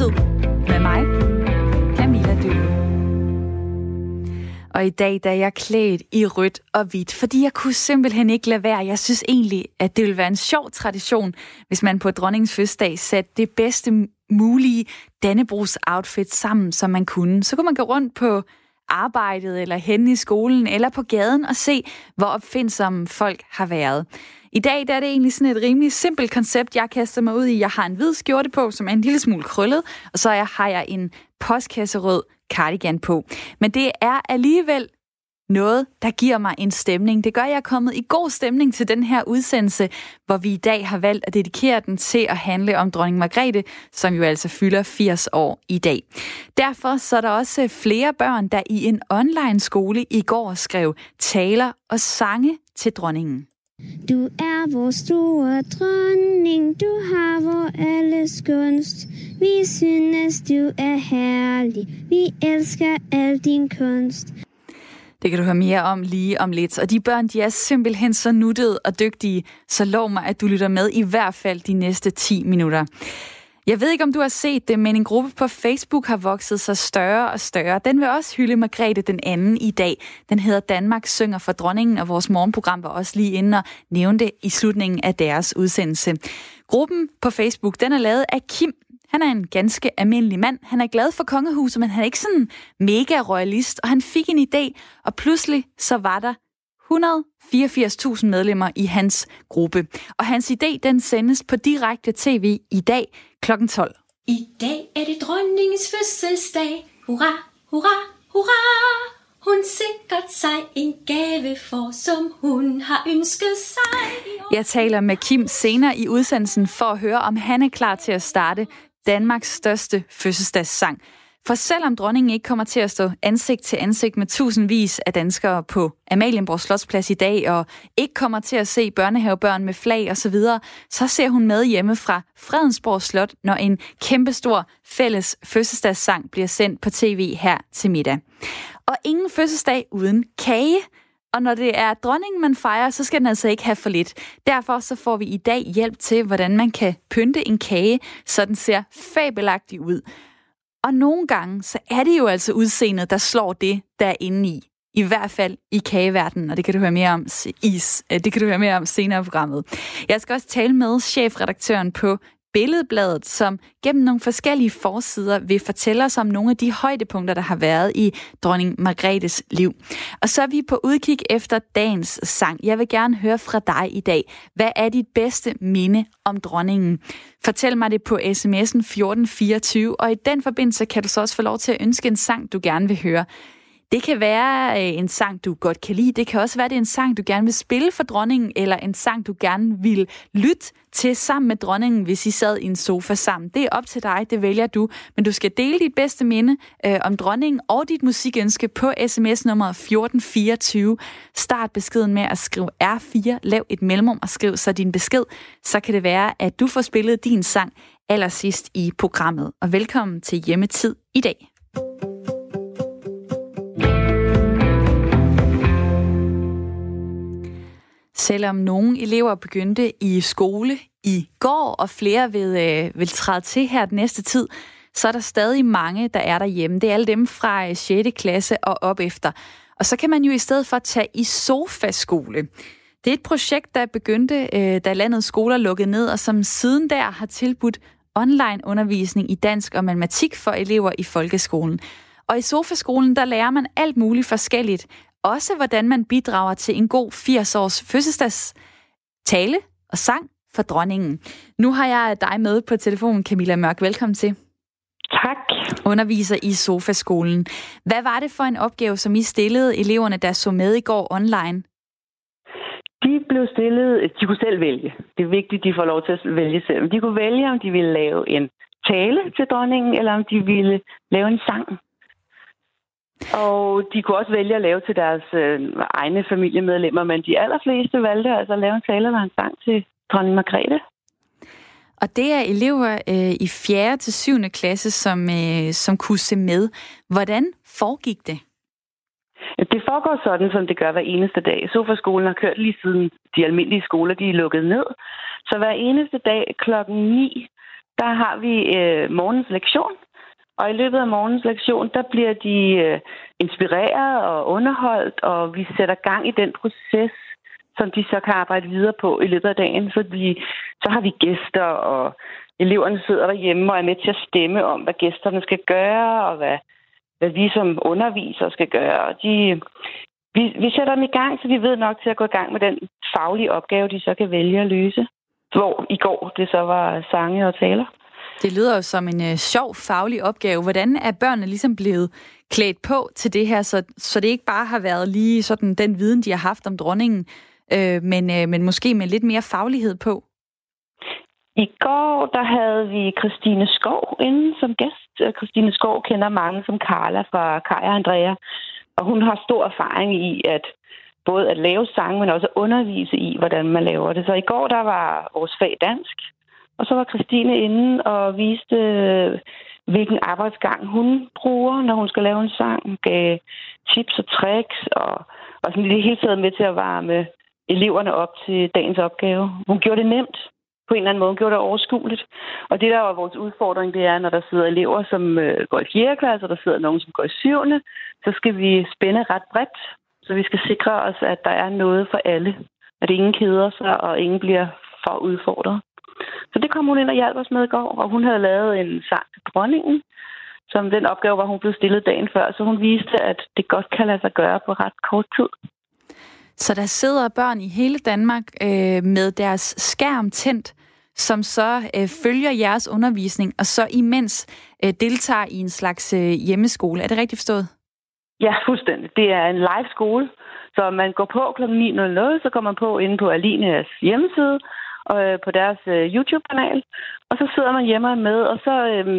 Hjemmetid med mig, Camilla Døve. Og i dag der er jeg klædt i rødt og hvidt, fordi jeg kunne simpelthen ikke lade være. Jeg synes egentlig, at det ville være en sjov tradition, hvis man på dronningens fødselsdag satte det bedste mulige Dannebrogs-outfit sammen, som man kunne. Så kunne man gå rundt på arbejdet, eller henne i skolen, eller på gaden og se, hvor opfindsomme folk har været. I dag der er det egentlig sådan et rimelig simpelt koncept, jeg kaster mig ud i. Jeg har en hvid skjorte på, som er en lille smule krøllet, og så har jeg en postkasserød cardigan på. Men det er alligevel noget, der giver mig en stemning. Det gør, at jeg er kommet i god stemning til den her udsendelse, hvor vi i dag har valgt at dedikere den til at handle om dronning Margrethe, som jo altså fylder 80 år i dag. Derfor så er der også flere børn, der i en online skole i går skrev taler og sange til dronningen. Du er vores store dronning, du har vor alles gunst. Vi synes, du er herlig, vi elsker al din kunst. Det kan du høre mere om lige om lidt. Og de børn, de er simpelthen så nuttede og dygtige, så lov mig, at du lytter med i hvert fald de næste 10 minutter. Jeg ved ikke, om du har set det, men en gruppe på Facebook har vokset sig større og større. Den vil også hylde Margrethe den anden i dag. Den hedder Danmark synger for dronningen, og vores morgenprogram var også lige inde og nævnte det i slutningen af deres udsendelse. Gruppen på Facebook, den er lavet af Kim. Han er en ganske almindelig mand. Han er glad for kongehuset, men han er ikke sådan mega royalist, og han fik en idé, og pludselig så var der 184.000 medlemmer i hans gruppe. Og hans idé, den sendes på direkte tv i dag kl. 12. I dag er det dronningens fødselsdag. Hurra, hurra, hurra. Hun sikkert sig en gave for, som hun har ønsket sig. Jeg taler med Kim senere i udsendelsen for at høre, om han er klar til at starte Danmarks største fødselsdagssang. For selvom dronningen ikke kommer til at stå ansigt til ansigt med tusindvis af danskere på Amalienborg Slotsplads i dag, og ikke kommer til at se børnehavebørn med flag osv., så ser hun med hjemme fra Fredensborg Slot, når en kæmpestor fælles fødselsdagssang bliver sendt på tv her til middag. Og ingen fødselsdag uden kage. Og når det er dronningen, man fejrer, så skal den altså ikke have for lidt. Derfor så får vi i dag hjælp til, hvordan man kan pynte en kage, så den ser fabelagtig ud. Og nogle gange, så er det jo altså udseendet, der slår det, der er inde i. I hvert fald i kageverdenen, og det kan du høre mere om senere i programmet. Jeg skal også tale med chefredaktøren på Billedbladet, som gennem nogle forskellige forsider vil fortælle os om nogle af de højdepunkter, der har været i dronning Margrethes liv. Og så er vi på udkig efter dagens sang. Jeg vil gerne høre fra dig i dag. Hvad er dit bedste minde om dronningen? Fortæl mig det på sms'en 1424, og i den forbindelse kan du så også få lov til at ønske en sang, du gerne vil høre. Det kan være en sang, du godt kan lide. Det kan også være, det er en sang, du gerne vil spille for dronningen, eller en sang, du gerne vil lytte til sammen med dronningen, hvis I sad i en sofa sammen. Det er op til dig, det vælger du. Men du skal dele dit bedste minde om dronningen og dit musikønske på sms-nummeret 1424. Start beskeden med at skrive R4, lav et mellemrum og skriv så din besked. Så kan det være, at du får spillet din sang allersidst i programmet. Og velkommen til Hjemmetid i dag. Selvom nogle elever begyndte i skole i går, og flere vil træde til her den næste tid, så er der stadig mange, der er derhjemme. Det er alle dem fra 6. klasse og op efter. Og så kan man jo i stedet for tage i sofaskole. Det er et projekt, der begyndte, da landets skoler lukkede ned, og som siden der har tilbudt online undervisning i dansk og matematik for elever i folkeskolen. Og i sofaskolen, der lærer man alt muligt forskelligt. Også hvordan man bidrager til en god 80-års fødselsdags tale og sang for dronningen. Nu har jeg dig med på telefonen, Camilla Mørk. Velkommen til. Tak. Underviser i sofaskolen. Hvad var det for en opgave, som I stillede eleverne, der så med i går online? De kunne selv vælge. Det er vigtigt, at de får lov til at vælge selv. De kunne vælge, om de ville lave en tale til dronningen, eller om de ville lave en sang. Og de kunne også vælge at lave til deres egne familiemedlemmer, men de allerfleste valgte altså at lave en tale eller en sang til dronning Margrethe. Og det er elever i 4. til 7. klasse, som kunne se med. Hvordan foregik det? Det foregår sådan, som det gør hver eneste dag. Sofaskolen har kørt lige siden de almindelige skoler, de er lukket ned. Så hver eneste dag klokken 9, der har vi morgens lektion. Og i løbet af morgens lektion, der bliver de inspireret og underholdt, og vi sætter gang i den proces, som de så kan arbejde videre på i løbet af dagen. Så har vi gæster, og eleverne sidder derhjemme og er med til at stemme om, hvad gæsterne skal gøre, og hvad vi som undervisere skal gøre. Og vi sætter dem i gang, så de ved nok til at gå i gang med den faglige opgave, de så kan vælge at løse. Hvor i går det så var sange og taler. Det lyder jo som en sjov faglig opgave. Hvordan er børnene ligesom blevet klædt på til det her, så det ikke bare har været lige sådan den viden, de har haft om dronningen, men måske med lidt mere faglighed på? I går, der havde vi Christine Skov inde som gæst. Christine Skov kender mange som Carla fra Kaj og Andrea, og hun har stor erfaring i både at lave sang, men også at undervise i, hvordan man laver det. Så i går, der var vores fag dansk, og så var Christine inde og viste, hvilken arbejdsgang hun bruger, når hun skal lave en sang. Hun gav tips og tricks, og sådan det hele taget med til at varme eleverne op til dagens opgave. Hun gjorde det nemt. På en eller anden måde. Hun gjorde det overskueligt. Og det, der var vores udfordring, det er, når der sidder elever, som går i 4. klasse, og der sidder nogen, som går i 7. Så skal vi spænde ret bredt. Så vi skal sikre os, at der er noget for alle. At ingen keder sig, og ingen bliver for udfordret. Så det kom hun ind og hjalp os med i går, og hun havde lavet en sang til dronningen, som den opgave var, hun blev stillet dagen før, så hun viste, at det godt kan lade sig gøre på ret kort tid. Så der sidder børn i hele Danmark med deres skærm tændt, som så følger jeres undervisning, og så imens deltager i en slags hjemmeskole. Er det rigtigt forstået? Ja, fuldstændig. Det er en live skole, så man går på kl. 9.00, så går man på inde på Alinias hjemmeside, og på deres YouTube-kanal, og så sidder man hjemme med, og så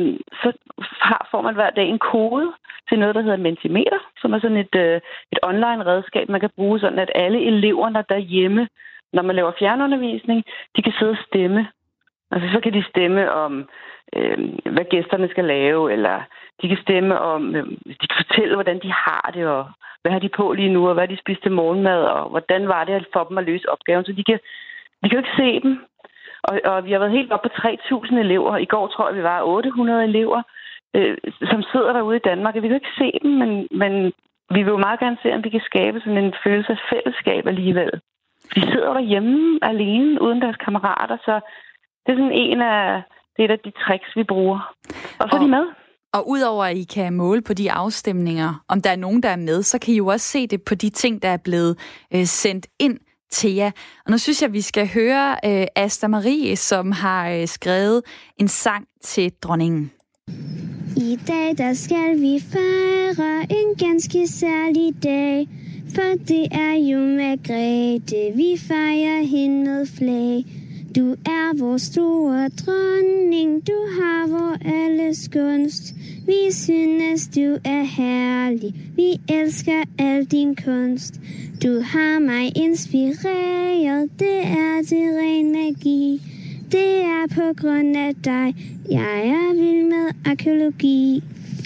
får man hver dag en kode til noget, der hedder Mentimeter, som er sådan et online-redskab, man kan bruge, sådan at alle eleverne derhjemme, når man laver fjernundervisning, de kan sidde og stemme. Altså så kan de stemme om, hvad gæsterne skal lave, eller de kan stemme om, de kan fortælle, hvordan de har det, og hvad har de på lige nu, og hvad de spiste til morgenmad, og hvordan var det for dem at løse opgaven, så de kan jo ikke se dem. Og vi har været helt op på 3.000 elever. I går tror jeg, vi var 800 elever, som sidder derude i Danmark. Vi kan jo ikke se dem, men vi vil jo meget gerne se, om vi kan skabe sådan en følelse af fællesskab alligevel. De sidder derhjemme alene, uden deres kammerater, så det er sådan et af de tricks, vi bruger. Og så er de med. Og udover at I kan måle på de afstemninger, om der er nogen, der er med, så kan I jo også se det på de ting, der er blevet sendt ind til jer. Og nu synes jeg, vi skal høre Asta Marie, som har skrevet en sang til dronningen. I dag, der skal vi fejre en ganske særlig dag, for det er jo Margrethe, vi fejrer hende med flag. Du er vores store dronning, du har vor alles gunst. Vi synes, du er herlig, vi elsker al din kunst. Du har mig inspireret, det er det ren magi. Det er på grund af dig, jeg er vild med arkæologi.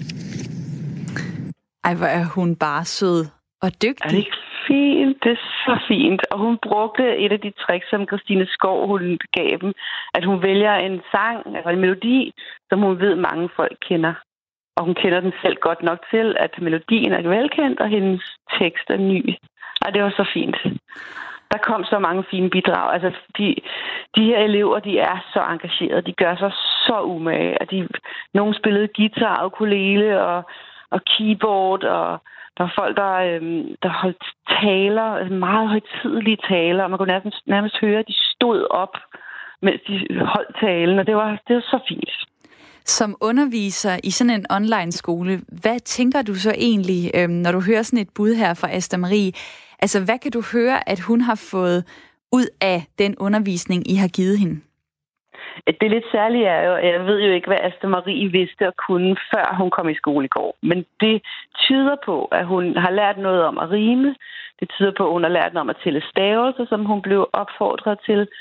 Ej, hvor er hun bare sød og dygtig. Er det ikke fint? Det er så fint. Og hun brugte et af de tricks, som Christine Skov hun gav dem, at hun vælger en sang, altså en melodi, som hun ved mange folk kender. Og hun kender den selv godt nok til, at melodien er velkendt, og hendes tekst er ny. Og det var så fint. Der kom så mange fine bidrag. Altså, de her elever, de er så engagerede. De gør sig så umage. Nogle spillede guitar og ukulele og keyboard, og der var folk, der holdt taler, meget højtidelige taler, og man kunne nærmest høre, at de stod op, mens de holdt talen, og det var så fint. Som underviser i sådan en online-skole, hvad tænker du så egentlig, når du hører sådan et bud her fra Asta Marie? Altså, hvad kan du høre, at hun har fået ud af den undervisning, I har givet hende? Det lidt særlige er jo, at jeg ved jo ikke, hvad Asta Marie vidste og kunne, før hun kom i skole i går. Men det tyder på, at hun har lært noget om at rime. Det tyder på, at hun har lært noget om at tælle stavelser, som hun blev opfordret til.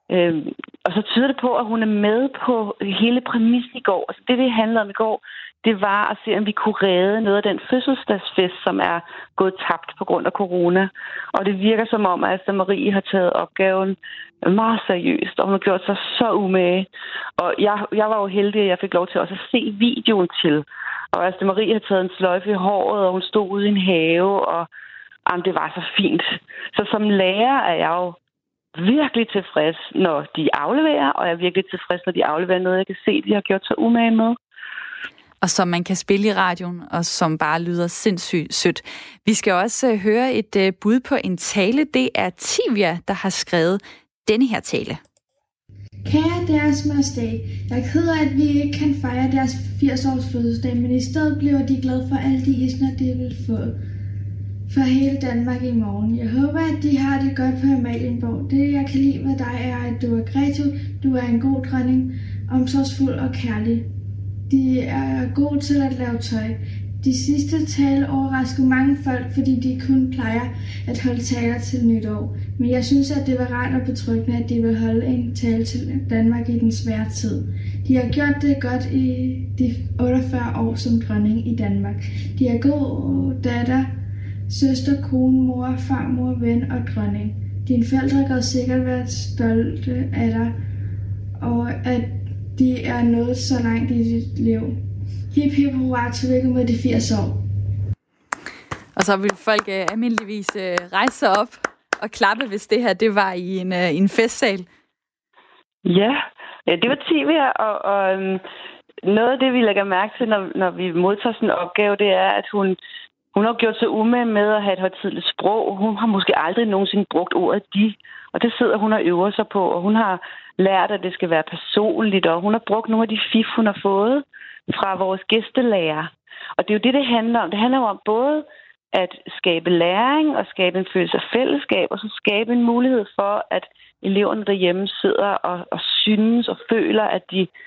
Og så tyder det på, at hun er med på hele præmissen i går. Altså det handlede om i går, det var at se, om vi kunne redde noget af den fødselsdagsfest, som er gået tabt på grund af corona. Og det virker som om, at Asta Marie har taget opgaven meget seriøst, og hun har gjort sig så umage. Og jeg var jo heldig, at jeg fik lov til også at se videoen til. Og Asta Marie har taget en sløjfe i håret, og hun stod ude i en have, og det var så fint. Så som lærer er jeg jo virkelig tilfreds, når de afleverer, og jeg er virkelig tilfreds, når de afleverer noget, jeg kan se, de har gjort sig umage med. Og som man kan spille i radioen, og som bare lyder sindssygt sødt. Vi skal også høre et bud på en tale. Det er Tivia, der har skrevet denne her tale. Kære deres majestæt, jeg er ked af, at vi ikke kan fejre deres 80-års fødselsdag, men i stedet bliver de glade for alle de hilsner, de vil få for hele Danmark i morgen. Jeg håber, at de har det godt på Amalienborg. Det, jeg kan lide ved dig, er, at du er kreativ, du er en god dronning, omsorgsfuld og kærlig. De er gode til at lave tøj. De sidste tale overraskede mange folk, fordi de kun plejer at holde taler til nytår. Men jeg synes, at det var rart og betryggende, at de vil holde en tale til Danmark i den svære tid. De har gjort det godt i de 48 år som dronning i Danmark. De er god datter, søster, kone, mor, farmor, ven og dronning. Dine forældre kan sikkert være stolte af dig, og at de er nået så langt i dit liv. Hip hip hurra, tillykke med de 80 år. Og så vil folk almindeligvis rejse sig op og klappe, hvis det her det var i en festsal. Ja, det var Tivia, og noget af det, vi lægger mærke til, når vi modtager sådan en opgave, det er, at hun har gjort sig umage med at have et højtideligt sprog. Hun har måske aldrig nogensinde brugt ordet de, og det sidder hun og øver sig på, og hun har lært, at det skal være personligt, og hun har brugt nogle af de fif, hun har fået fra vores gæstelærer. Og det er jo det handler om. Det handler om både at skabe læring og skabe en følelse af fællesskab, og så skabe en mulighed for, at eleverne derhjemme sidder og synes og føler, at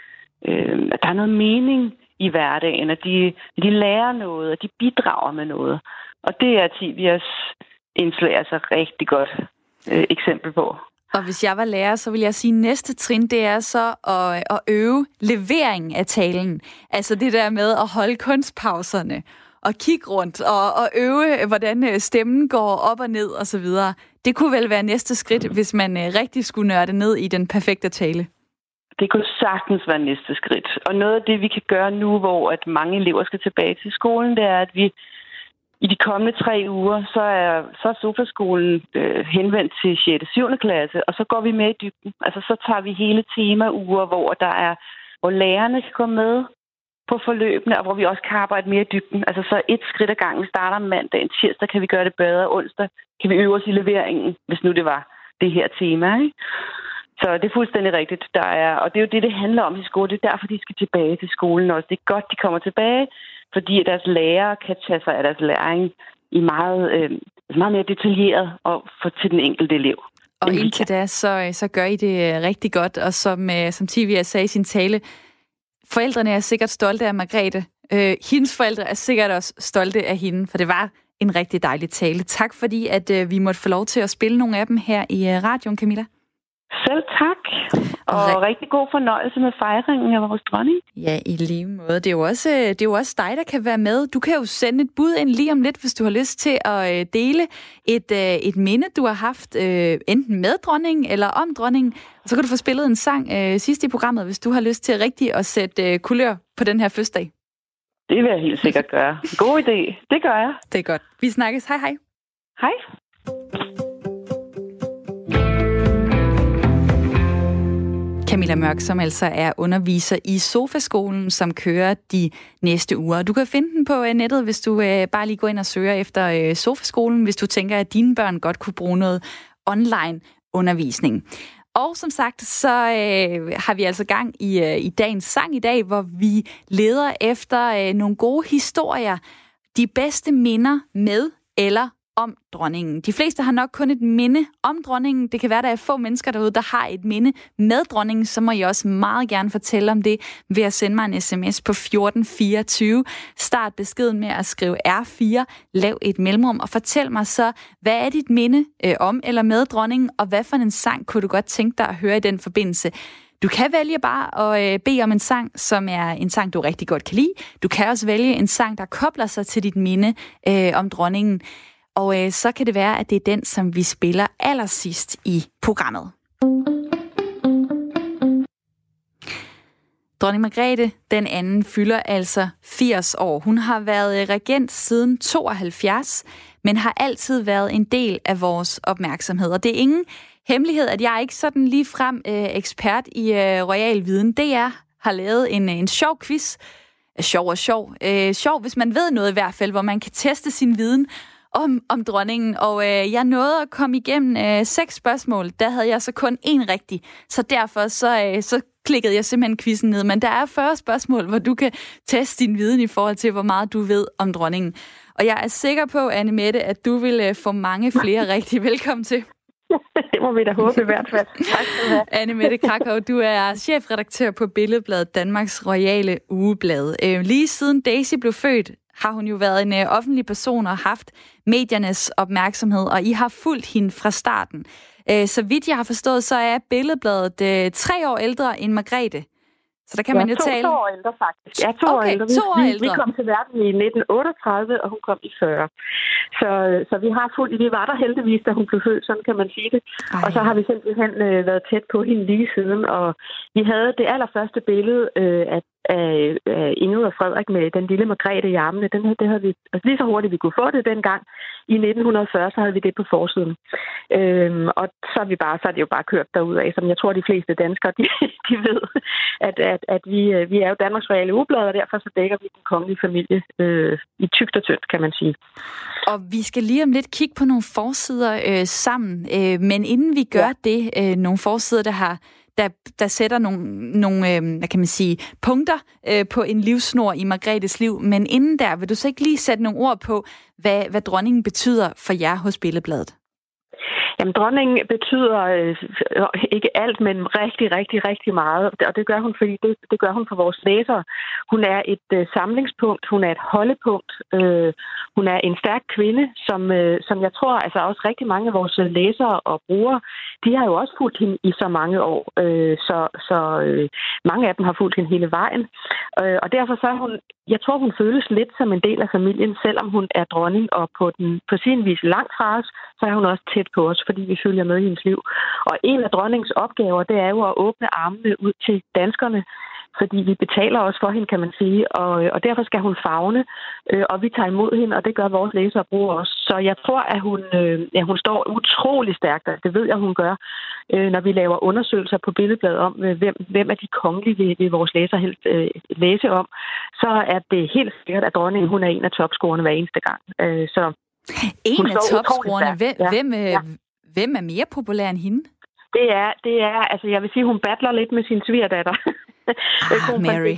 der er noget mening i hverdagen, at de lærer noget, og de bidrager med noget. Og det er Tivias indslag altså rigtig godt eksempel på. Og hvis jeg var lærer, så vil jeg sige, at næste trin, det er så at øve leveringen af talen. Altså det der med at holde kunstpauserne og kigge rundt og øve, hvordan stemmen går op og ned og så videre. Det kunne vel være næste skridt, hvis man rigtig skulle nørde ned i den perfekte tale. Det kunne sagtens være næste skridt. Og noget af det, vi kan gøre nu, hvor at mange elever skal tilbage til skolen, det er, at vi i de kommende 3 uger, så er Sofaskolen henvendt til 6. og 7. klasse, og så går vi med i dybden. Altså så tager vi hele temauger, hvor lærerne kan komme med på forløbene, og hvor vi også kan arbejde mere i dybden. Altså så et skridt ad gangen. Vi starter mandag, tirsdag kan vi gøre det bedre, onsdag kan vi øve os i leveringen, hvis nu det var det her tema, ikke? Så det er fuldstændig rigtigt. Og det er jo det handler om i skole. Det er derfor, de skal tilbage til skolen også. Det er godt, de kommer tilbage, fordi deres lærere kan tage sig af deres læring i meget mere detaljeret og få til den enkelte elev. Og indtil da, så gør I det rigtig godt. Og som Tivia sagde i sin tale, forældrene er sikkert stolte af Margrethe. Hendes forældre er sikkert også stolte af hende, for det var en rigtig dejlig tale. Tak fordi, at vi måtte få lov til at spille nogle af dem her i radioen, Camilla. Selv tak, og rigtig god fornøjelse med fejringen af vores dronning. Ja, i lige måde. Det er jo også dig, der kan være med. Du kan jo sende et bud ind lige om lidt, hvis du har lyst til at dele et minde, du har haft, enten med dronningen eller om dronningen. Og så kan du få spillet en sang sidst i programmet, hvis du har lyst til rigtig at sætte kulør på den her fødselsdag. Det vil jeg helt sikkert gøre. God idé. Det gør jeg. Det er godt. Vi snakkes. Hej hej. Hej. Camilla Mørk, som altså er underviser i Sofaskolen, som kører de næste uger. Du kan finde den på nettet, hvis du bare lige går ind og søger efter Sofaskolen, hvis du tænker, at dine børn godt kunne bruge noget online undervisning. Og som sagt, så har vi altså gang i dagens sang i dag, hvor vi leder efter nogle gode historier. De bedste minder med eller om dronningen. De fleste har nok kun et minde om dronningen. Det kan være, at der er få mennesker derude, der har et minde med dronningen, så må I også meget gerne fortælle om det ved at sende mig en sms på 1424. Start beskeden med at skrive R4, lav et mellemrum og fortæl mig så, hvad er dit minde om eller med dronningen, og hvad for en sang kunne du godt tænke dig at høre i den forbindelse. Du kan vælge bare at bede om en sang, som er en sang, du rigtig godt kan lide. Du kan også vælge en sang, der kobler sig til dit minde om dronningen. Og så kan det være, at det er den, som vi spiller allersidst i programmet. Dronning Margrethe den anden fylder altså 80 år. Hun har været regent siden 72, men har altid været en del af vores opmærksomhed. Og det er ingen hemmelighed, at jeg ikke sådan lige frem ekspert i royal viden. DR har lavet en sjov quiz. Sjov, hvis man ved noget i hvert fald, hvor man kan teste sin viden om dronningen, og jeg nåede at komme igennem 6 spørgsmål. Der havde jeg så kun 1 rigtig, så derfor så klikkede jeg simpelthen quizzen ned. Men der er 40 spørgsmål, hvor du kan teste din viden i forhold til, hvor meget du ved om dronningen. Og jeg er sikker på, Anne-Mette, at du vil få mange flere rigtig. Velkommen til. Det må vi da håbe i hvert fald. Tak skal du have. Anne-Mette Krakow, du er chefredaktør på Billedbladet, Danmarks royale ugeblad. Lige siden Daisy blev født, har hun jo været en offentlig person og haft mediernes opmærksomhed, og I har fulgt hende fra starten. Så vidt jeg har forstået, så er Billedbladet 3 år ældre end Margrethe. Så der kan man jo tale... 2 år ældre faktisk. Ja, 2 år ældre. Vi kom til verden i 1938, og hun kom i 40. Så vi har fuldt... Vi var der heldigvis, da hun blev født, sådan kan man sige det. Ej. Og så har vi simpelthen været tæt på hende lige siden, og vi havde det allerførste billede af Ingrid og Frederik med den lille Margrethe i armene. Det havde vi lige så hurtigt, vi kunne få det dengang. I 1940, så havde vi det på forsiden. Og så er det jo bare kørt derudad, som jeg tror, de fleste danskere, de ved, at vi er jo Danmarks royale ugeblad, og derfor så dækker vi den kongelige familie i tykt og tyndt, kan man sige. Og vi skal lige om lidt kigge på nogle forsider sammen, men inden vi gør det, nogle forsider, der sætter nogle hvad kan man sige, punkter på en livsnor i Margrethes liv. Men inden der, vil du så ikke lige sætte nogle ord på, hvad dronningen betyder for jer hos Billedbladet? Jamen, dronningen betyder ikke alt, men rigtig, rigtig, rigtig meget. Og det gør hun, fordi det gør hun for vores læsere. Hun er et samlingspunkt, hun er et holdepunkt. Hun er en stærk kvinde, som jeg tror, altså også rigtig mange af vores læsere og brugere, de har jo også fulgt hende i så mange år. Så mange af dem har fulgt hende hele vejen. Og derfor så er hun, jeg tror, hun føles lidt som en del af familien, selvom hun er dronning, og på sin vis langt fra os, så er hun også tæt på os, fordi vi følger med i hendes liv. Og en af dronningens opgaver, det er jo at åbne armene ud til danskerne, fordi vi betaler også for hende, kan man sige, og derfor skal hun favne, og vi tager imod hende, og det gør vores læsere og brugere også. Så jeg tror, at hun står utrolig stærkt, og det ved jeg, hun gør, når vi laver undersøgelser på Billedbladet om, hvem er de kongelige vil vores læsere helst læse om, så er det helt sikkert, at dronningen, hun er en af topscorerne hver eneste gang. Så en af topscorerne? Hvem er mere populær end hende? Det er, altså jeg vil sige, hun battler lidt med sin svigerdatter. Mary.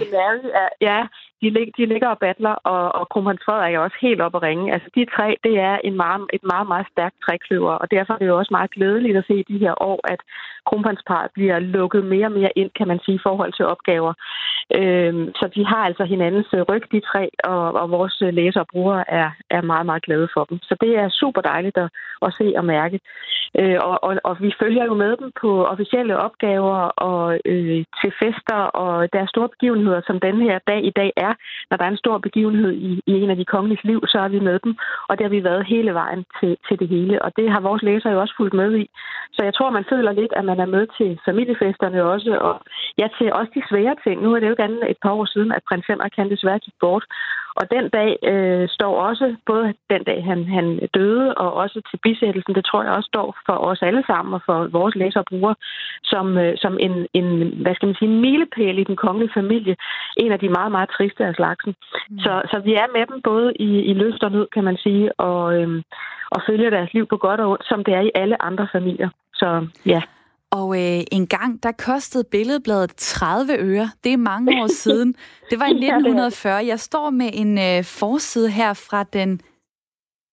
De ligger og battler, og kronprins Frederik er også helt oppe at ringe. Altså de 3, det er et meget, meget stærkt trækløver, og derfor er det jo også meget glædeligt at se i de her år, at kronprinsparret bliver lukket mere og mere ind, kan man sige, i forhold til opgaver. Så de har altså hinandens ryg, de 3, og vores læsere og brugere er meget, meget glade for dem. Så det er super dejligt at se og mærke. Og vi følger jo med dem på officielle opgaver og til fester, og der er store begivenheder, som den her dag i dag er. Når der er en stor begivenhed i en af de kongeliges liv, så er vi med dem, og det har vi været hele vejen til det hele. Og det har vores læsere jo også fulgt med i. Så jeg tror, man føler lidt, at man er med til familiefesterne også, og jeg ser også de svære ting. Nu er det jo ikke andet et par år siden, at prins Henrik kan desværre gik bort. Og den dag står også, både den dag han døde, og også til bisættelsen, det tror jeg også står for os alle sammen, og for vores læsere og brugere, som en hvad skal man sige, milepæl i den kongelige familie. En af de meget, meget triste af slagsen. Så vi er med dem både i lyst og nød, kan man sige, og følger deres liv på godt og ondt, som det er i alle andre familier. Så ja. Og en gang, der kostede Billedbladet 30 øre. Det er mange år siden. Det var i 1940. Jeg står med en forside her fra den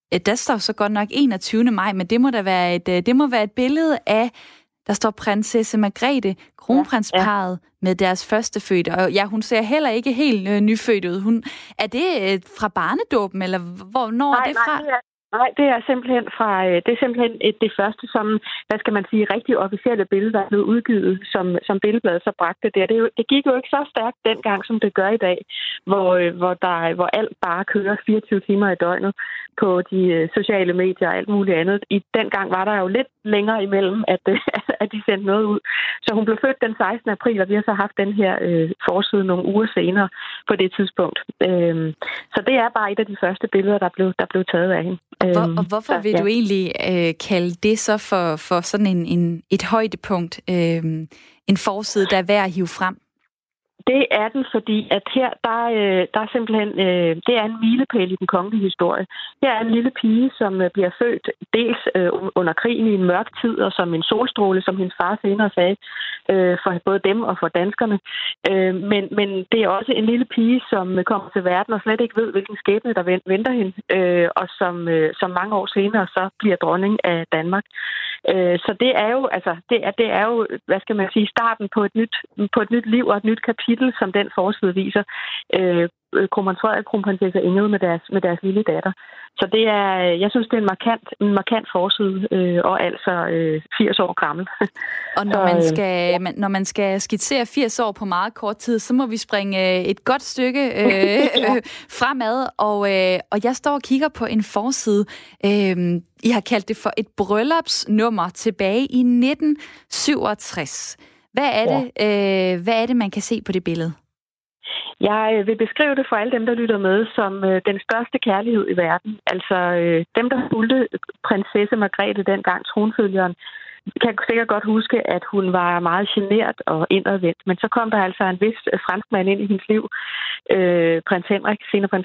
der står så godt nok 21. maj, men det må være et billede af, der står prinsesse Margrethe, kronprinsparret med deres førstefødte. Og ja, hun ser heller ikke helt nyfødt ud. Er det fra barnedåben, eller hvornår er det fra? Nej, det er simpelthen det første, som, hvad skal man sige, rigtig officielle billede, der er blevet udgivet, som Billedbladet så bragte der. Det gik jo ikke så stærkt dengang, som det gør i dag, hvor alt bare kører 24 timer i døgnet på de sociale medier og alt muligt andet. Dengang var der jo lidt længere imellem, at de sendte noget ud. Så hun blev født den 16. april, og vi har så haft den her forside nogle uger senere på det tidspunkt. Så det er bare et af de første billeder, der blev taget af hende. Og hvorfor vil du egentlig kalde det så for sådan et højdepunkt, en forside, der er værd at hive frem? Det er den, fordi at her, der er simpelthen, det er en milepæl i den kongelige historie. Her er en lille pige, som bliver født dels under krigen i en mørk tid, og som en solstråle, som hendes far senere sagde, for både dem og for danskerne. Men det er også en lille pige, som kommer til verden og slet ikke ved, hvilken skæbne, der venter hende, og som mange år senere så bliver dronning af Danmark. Så det er jo, altså, det er jo, hvad skal man sige, starten på et nyt liv og et nyt kapitel, som den forside viser. Kronprins Frederik og kronprinsesse Ingrid med deres lille datter. Så det er, jeg synes, det er en markant forside, og altså 80 år gammel. Og når man skal skitsere 80 år på meget kort tid, så må vi springe et godt stykke fremad, og jeg står og kigger på en forside. I har kaldt det for et bryllupsnummer tilbage i 1967. Hvad er det, man kan se på det billede? Jeg vil beskrive det for alle dem, der lytter med, som den største kærlighed i verden. Altså dem, der fulgte prinsesse Margrethe dengang, tronfølgeren, kan sikkert godt huske, at hun var meget genert og indadvendt. Men så kom der altså en vis franskmand ind i hendes liv, prins Henrik,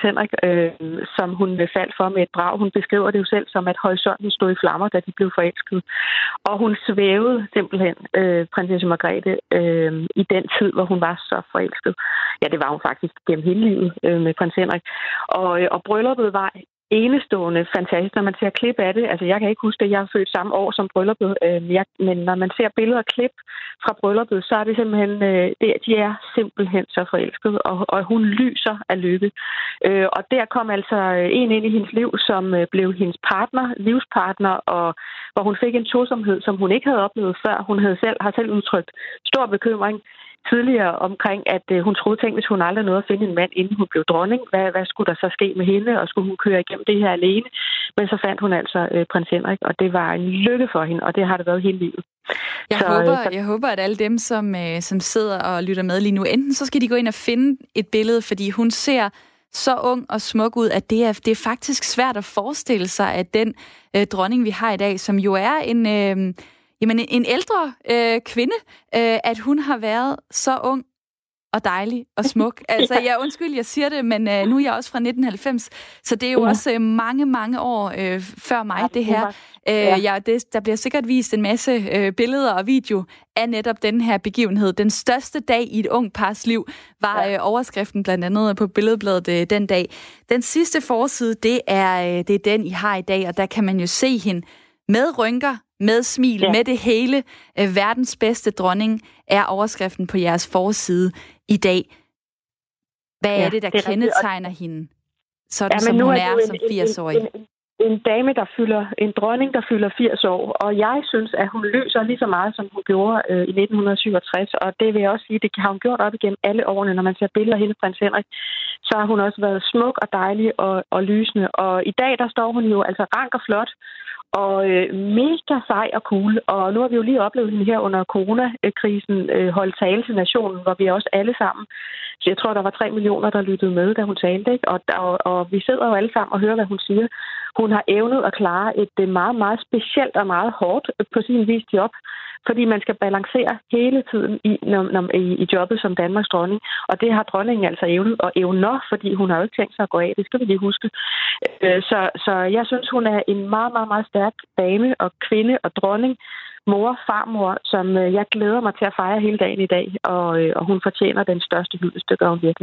som hun faldt for med et brag. Hun beskriver det jo selv som, at horisonten stod i flammer, da de blev forelsket. Og hun svævede simpelthen prinsesse Margrethe i den tid, hvor hun var så forelsket. Ja, det var hun faktisk gennem hele livet med prins Henrik. Og brylluppet var enestående fantastisk, når man ser klip af det. Altså, jeg kan ikke huske, at jeg er født samme år som brylluppet, men når man ser billeder og klip fra brylluppet, så er det simpelthen, de er simpelthen så forelskede, og hun lyser af lykke. Og der kom altså en ind i hendes liv, som blev hendes partner, livspartner, og hvor hun fik en tosomhed, som hun ikke havde oplevet før. Hun har selv udtrykt stor bekymring tidligere omkring, at hun troede, tænkt, hvis hun aldrig nåede at finde en mand, inden hun blev dronning, hvad skulle der så ske med hende, og skulle hun køre igennem det her alene? Men så fandt hun altså prins Henrik, og det var en lykke for hende, og det har det været hele livet. Jeg håber, at alle dem, som sidder og lytter med lige nu, enten så skal de gå ind og finde et billede, fordi hun ser så ung og smuk ud, at det er faktisk svært at forestille sig, at den dronning, vi har i dag, som jo er en ældre kvinde, at hun har været så ung og dejlig og smuk. Altså, jeg siger det, men nu er jeg også fra 1990, så det er jo også mange, mange år før mig, det her. Der bliver sikkert vist en masse billeder og video af netop den her begivenhed. Den største dag i et ung pars liv var overskriften blandt andet på Billedbladet den dag. Den sidste forside, det er den, I har i dag, og der kan man jo se hende med rynker, med smil, med det hele. Verdens bedste dronning er overskriften på jeres forside i dag. Hvad er det, der kendetegner hende, sådan som hun er som 80-årig? En dronning, der fylder 80 år, og jeg synes, at hun løser lige så meget, som hun gjorde i 1967, og det vil jeg også sige, det har hun gjort op igennem alle årene. Når man ser billeder af hende, prins Henrik, så har hun også været smuk og dejlig og lysende, og i dag, der står hun jo altså rank og flot, og mega sej og cool. Og nu har vi jo lige oplevet hende her under coronakrisen holde tale til nationen, hvor vi også alle sammen, så jeg tror, der var 3 millioner, der lyttede med, da hun talte, ikke? Og vi sidder jo alle sammen og hører, hvad hun siger. Hun har evnet at klare et meget, meget specielt og meget hårdt på sin vis job, fordi man skal balancere hele tiden i jobbet som Danmarks dronning. Og det har dronningen altså evner, fordi hun har jo ikke tænkt sig at gå af. Det skal vi lige huske. Så jeg synes, hun er en meget, meget, meget stærk dame og kvinde og dronning, mor, farmor, som jeg glæder mig til at fejre hele dagen i dag. Og hun fortjener den største hyldest, det gør hun virkelig.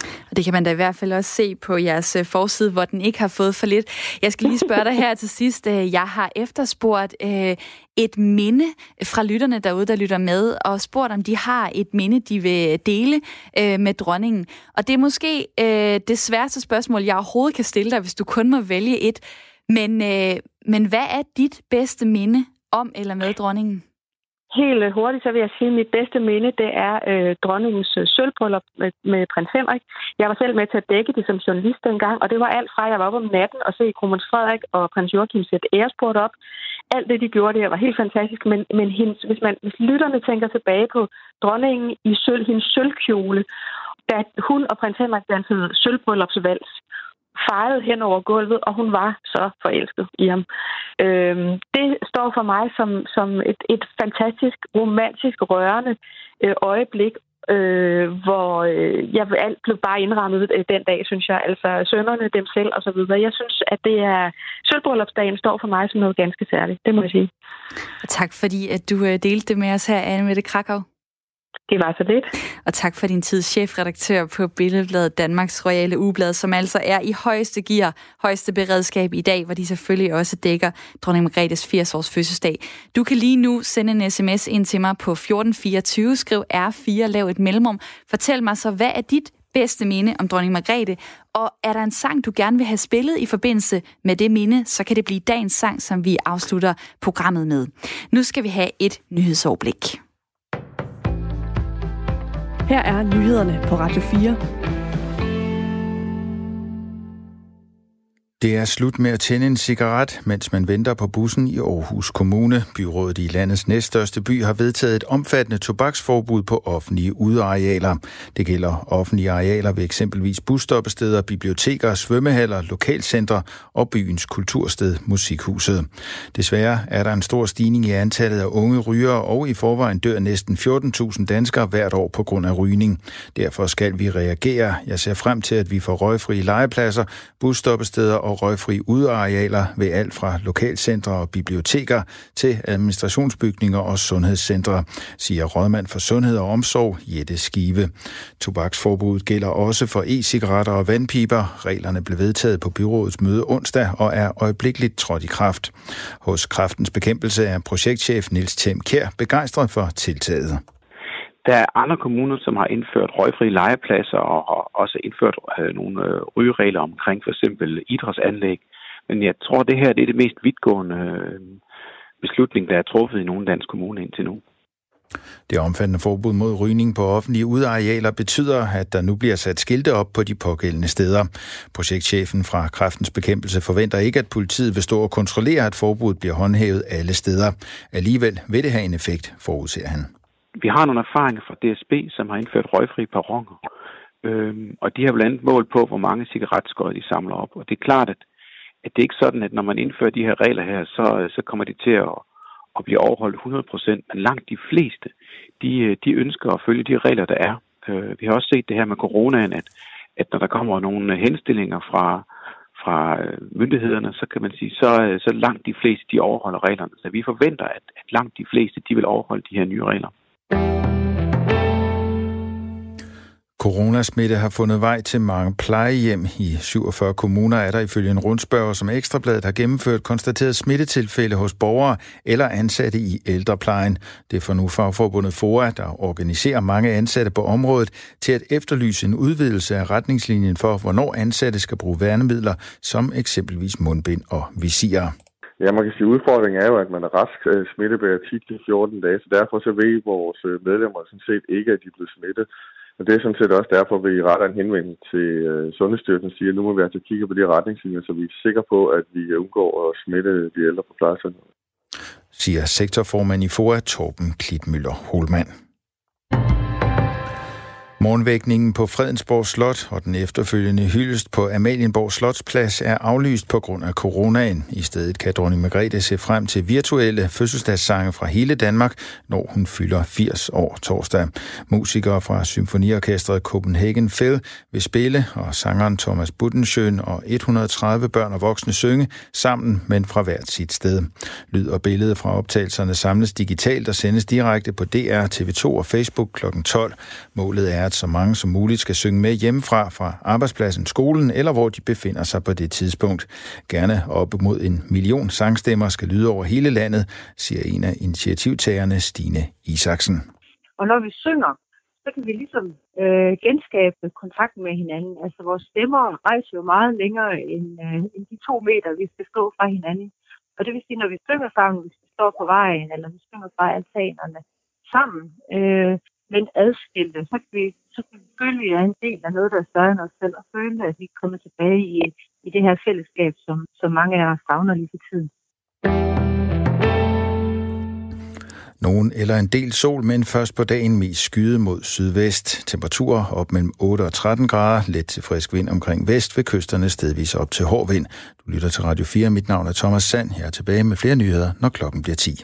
Og det kan man da i hvert fald også se på jeres forside, hvor den ikke har fået for lidt. Jeg skal lige spørge dig her til sidst. Jeg har efterspurgt et minde fra lytterne derude, der lytter med, og spurgt, om de har et minde, de vil dele med dronningen. Og det er måske det sværeste spørgsmål, jeg overhovedet kan stille dig, hvis du kun må vælge et. Men hvad er dit bedste minde om eller med dronningen? Helt hurtigt, så vil jeg sige, at mit bedste minde, det er dronningens sølvbryllup med prins Henrik. Jeg var selv med til at dække det som journalist dengang, og det var alt fra, at jeg var oppe om natten og se Kronprins Frederik og prins Joachim sætte æresport op. Alt det, de gjorde, det var helt fantastisk, men hvis lytterne tænker tilbage på dronningen i hendes sølvkjole, da hun og prins Henrik dansede sølvbryllupsvals, fejede hen over gulvet, og hun var så forelsket i ham. Det står for mig som et fantastisk, romantisk, rørende øjeblik, hvor alt blev bare indrammet den dag, synes jeg. Altså sønnerne, dem selv og så videre. Jeg synes, at det er sølvbryllupsdagen står for mig som noget ganske særligt. Det må jeg sige. Tak fordi, at du delte det med os her, Anne-Mette Krakow. Det var så lidt. Og tak for din tid, chefredaktør på Billedbladet, Danmarks Royale Ugeblad, som altså er i højeste gear, højeste beredskab i dag, hvor de selvfølgelig også dækker dronning Margrethes 80-års fødselsdag. Du kan lige nu sende en sms ind til mig på 1424, skriv R4, lav et mellemrum. Fortæl mig så, hvad er dit bedste minde om dronning Margrethe, og er der en sang, du gerne vil have spillet i forbindelse med det minde, så kan det blive dagens sang, som vi afslutter programmet med. Nu skal vi have et nyhedsoverblik. Her er nyhederne på Radio 4. Det er slut med at tænde en cigaret, mens man venter på bussen i Aarhus Kommune. Byrådet i landets næststørste by har vedtaget et omfattende tobaksforbud på offentlige udearealer. Det gælder offentlige arealer ved eksempelvis busstoppesteder, biblioteker, svømmehaller, lokalcentre og byens kultursted Musikhuset. Desværre er der en stor stigning i antallet af unge rygere, og i forvejen dør næsten 14.000 danskere hvert år på grund af rygning. Derfor skal vi reagere. Jeg ser frem til, at vi får røgfrie legepladser, busstoppesteder og røgfri udearealer ved alt fra lokalcentre og biblioteker til administrationsbygninger og sundhedscentre, siger rådmand for Sundhed og Omsorg Jette Skive. Tobaksforbuddet gælder også for e-cigaretter og vandpiber. Reglerne blev vedtaget på byrådets møde onsdag og er øjeblikkeligt trådt i kraft. Hos Kræftens Bekæmpelse er projektchef Niels Them Kjær begejstret for tiltaget. Der er andre kommuner, som har indført røgfri legepladser og har også indført nogle rygeregler omkring for eksempel idrætsanlæg. Men jeg tror, det her det er det mest vidtgående beslutning, der er truffet i nogle danske kommuner indtil nu. Det omfattende forbud mod rygning på offentlige udearealer betyder, at der nu bliver sat skilte op på de pågældende steder. Projektchefen fra Kræftens Bekæmpelse forventer ikke, at politiet vil stå og kontrollere, at forbuddet bliver håndhævet alle steder. Alligevel vil det have en effekt, forudser han. Vi har nogle erfaringer fra DSB, som har indført røgfri perroner. Og de har blandt andet målt på, hvor mange cigaretskod de samler op. Og det er klart, at det er ikke sådan, at når man indfører de her regler her, så kommer de til at blive overholdt 100%. Men langt de fleste, de ønsker at følge de regler, der er. Vi har også set det her med coronaen, at når der kommer nogle henstillinger fra myndighederne, så kan man sige, så langt de fleste, de overholder reglerne. Så vi forventer, at langt de fleste, de vil overholde de her nye regler. Coronasmitte har fundet vej til mange plejehjem. I 47 kommuner er der ifølge en rundspørger, som Ekstrabladet har gennemført, konstateret smittetilfælde hos borgere eller ansatte i ældreplejen. Det får nu fagforbundet FOA, der organiserer mange ansatte på området, til at efterlyse en udvidelse af retningslinjen for, hvornår ansatte skal bruge værnemidler, som eksempelvis mundbind og visirer. Ja, man kan sige, at udfordringen er jo, at man er rask smittebærer 10-14 dage, så derfor så ved vores medlemmer sådan set ikke, at de er blevet smittet. Og det er sådan set også derfor, at vi retter en henvendelse til Sundhedsstyrelsen og siger, at nu må vi altså kigge på de retningslinjer, så vi er sikre på, at vi undgår at smitte de ældre på plejecenteret. Siger sektorformand i FOA, Torben Klitmøller Holmann. Morgenvækningen på Fredensborg Slot og den efterfølgende hyldest på Amalienborg Slotsplads er aflyst på grund af coronaen. I stedet kan dronning Margrethe se frem til virtuelle fødselsdagssange fra hele Danmark, når hun fylder 80 år torsdag. Musikere fra symfoniorkestret Copenhagen Phil vil spille, og sangeren Thomas Budensjøen og 130 børn og voksne synge sammen, men fra hvert sit sted. Lyd og billede fra optagelserne samles digitalt og sendes direkte på DR, TV2 og Facebook kl. 12. Målet er at at så mange som muligt skal synge med hjemmefra, fra arbejdspladsen, skolen eller hvor de befinder sig på det tidspunkt. Gerne op mod 1 million sangstemmer skal lyde over hele landet, siger en af initiativtagerne, Stine Isaksen. Og når vi synger, så kan vi ligesom genskabe kontakten med hinanden. Altså vores stemmer rejser jo meget længere end de 2 meter, vi skal stå fra hinanden. Og det vil sige, når vi synger sammen, hvis vi står på vejen, eller vi synger fra altanerne sammen, men adskilte, så kan vi føle, at vi er en del af noget, der er større end os selv, og føle, at vi kommer tilbage i det her fællesskab, som mange af os savner lige for tiden. Nogen eller en del sol, men først på dagen mest skyet mod sydvest. Temperaturer op mellem 8 og 13 grader, let til frisk vind omkring vest, ved kysterne stedvis op til hård vind. Du lytter til Radio 4. Mit navn er Thomas Sand. Jeg er tilbage med flere nyheder, når klokken bliver 10.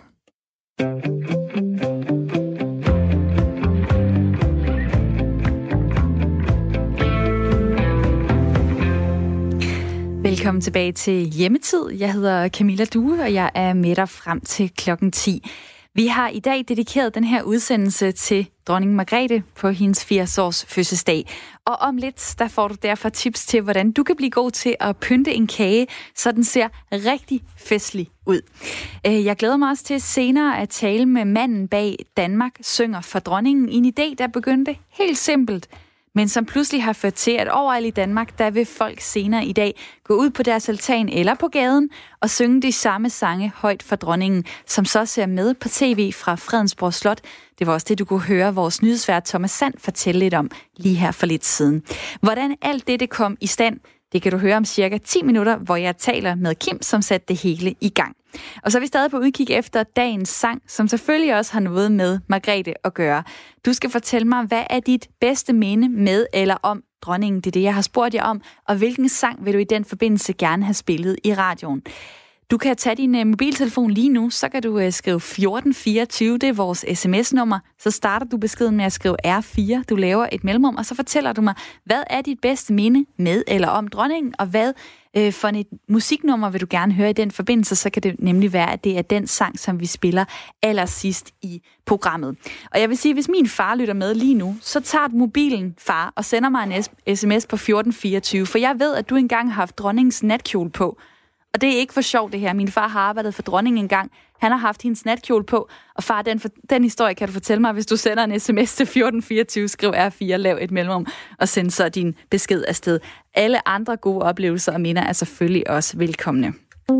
Velkommen tilbage til Hjemmetid. Jeg hedder Camilla Due, og jeg er med dig frem til klokken 10. Vi har i dag dedikeret den her udsendelse til dronning Margrethe på hendes 80-års fødselsdag. Og om lidt, der får du derfor tips til, hvordan du kan blive god til at pynte en kage, så den ser rigtig festlig ud. Jeg glæder mig også til senere at tale med manden bag Danmark synger for dronningen. En idé, der begyndte helt simpelt, men som pludselig har ført til, at overalt i Danmark, der vil folk senere i dag gå ud på deres altan eller på gaden og synge de samme sange højt for dronningen, som så ser med på tv fra Fredensborg Slot. Det var også det, du kunne høre vores nyhedsvært Thomas Sand fortælle lidt om lige her for lidt siden. Hvordan alt det kom i stand, det kan du høre om cirka 10 minutter, hvor jeg taler med Kim, som satte det hele i gang. Og så er vi stadig på udkig efter dagens sang, som selvfølgelig også har noget med Margrethe at gøre. Du skal fortælle mig, hvad er dit bedste minde med eller om dronningen? Det er det, jeg har spurgt jer om. Og hvilken sang vil du i den forbindelse gerne have spillet i radioen? Du kan tage din mobiltelefon lige nu, så kan du skrive 1424, det er vores sms-nummer. Så starter du beskeden med at skrive R4, du laver et mellemrum, og så fortæller du mig, hvad er dit bedste minde med eller om dronningen, og hvad for et musiknummer vil du gerne høre i den forbindelse, så kan det nemlig være, at det er den sang, som vi spiller allersidst i programmet. Og jeg vil sige, hvis min far lytter med lige nu, så tager du mobilen, far, og sender mig en sms på 1424, for jeg ved, at du engang har haft dronningens natkjole på. Og det er ikke for sjovt det her. Min far har arbejdet for dronningen engang. Han har haft hendes natkjole på. Og far, den historie kan du fortælle mig, hvis du sender en sms til 1424, skriv R4, lav et mellemrum, og send så din besked afsted. Alle andre gode oplevelser og minder er selvfølgelig også velkomne.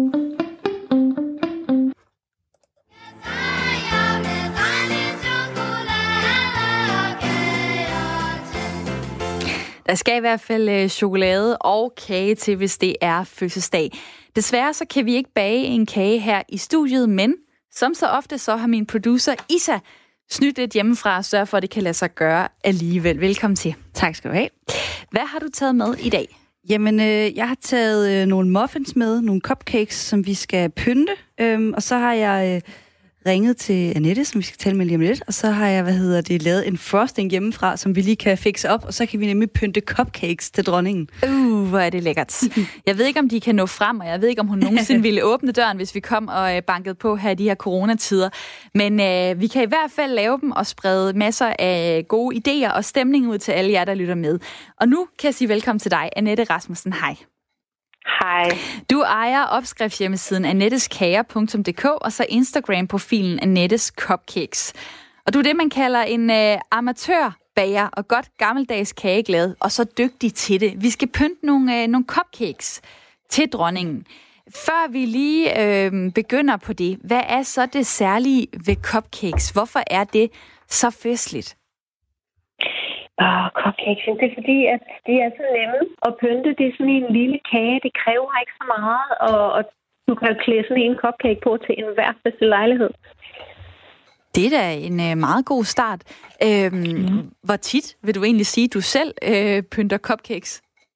Der skal i hvert fald chokolade og kage til, hvis det er fødselsdag. Desværre så kan vi ikke bage en kage her i studiet, men som så ofte så har min producer Isa snydt lidt hjemmefra og sørget for, at det kan lade sig gøre alligevel. Velkommen til. Tak skal du have. Hvad har du taget med i dag? Jamen, jeg har taget nogle muffins med, nogle cupcakes, som vi skal pynte, og så har jeg ringet til Annette, som vi skal tale med lige om lidt, og så har jeg, lavet en frosting hjemmefra, som vi lige kan fikse op, og så kan vi nemlig pynte cupcakes til dronningen. Hvor er det lækkert. Jeg ved ikke, om de kan nå frem, og jeg ved ikke, om hun nogensinde ville åbne døren, hvis vi kom og bankede på her i de her coronatider. Men vi kan i hvert fald lave dem og sprede masser af gode idéer og stemning ud til alle jer, der lytter med. Og nu kan jeg sige velkommen til dig, Annette Rasmussen. Hej. Hej. Du ejer opskriftshjemmesiden anetteskager.dk og så Instagram-profilen Annettes Cupcakes. Og du er det, man kalder en amatørbager og godt gammeldags kageglad, og så dygtig til det. Vi skal pynte nogle cupcakes til dronningen. Før vi lige begynder på det, hvad er så det særlige ved cupcakes? Hvorfor er det så festligt? Cupcakes, det er fordi, at de er så nemme at pynte. Det er sådan en lille kage, det kræver ikke så meget, og du kan klæde sådan en cupcake på til enhver festlig lejlighed. Det er da en meget god start. Hvor tit vil du egentlig sige, at du selv pynter cupcakes?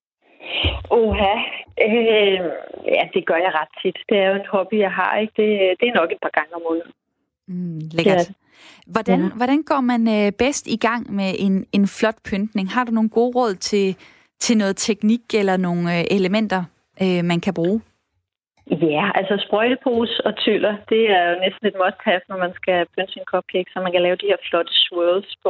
Ja, det gør jeg ret tit. Det er jo en hobby, jeg har, ikke? Det er nok et par gange om måneden. Lækkert. Hvordan går man bedst i gang med en flot pyntning? Har du nogle gode råd til noget teknik eller nogle elementer, man kan bruge? Ja, altså sprøjtepose og tyller, det er jo næsten et must-have, når man skal pynte sin cupcake, så man kan lave de her flotte swirls på.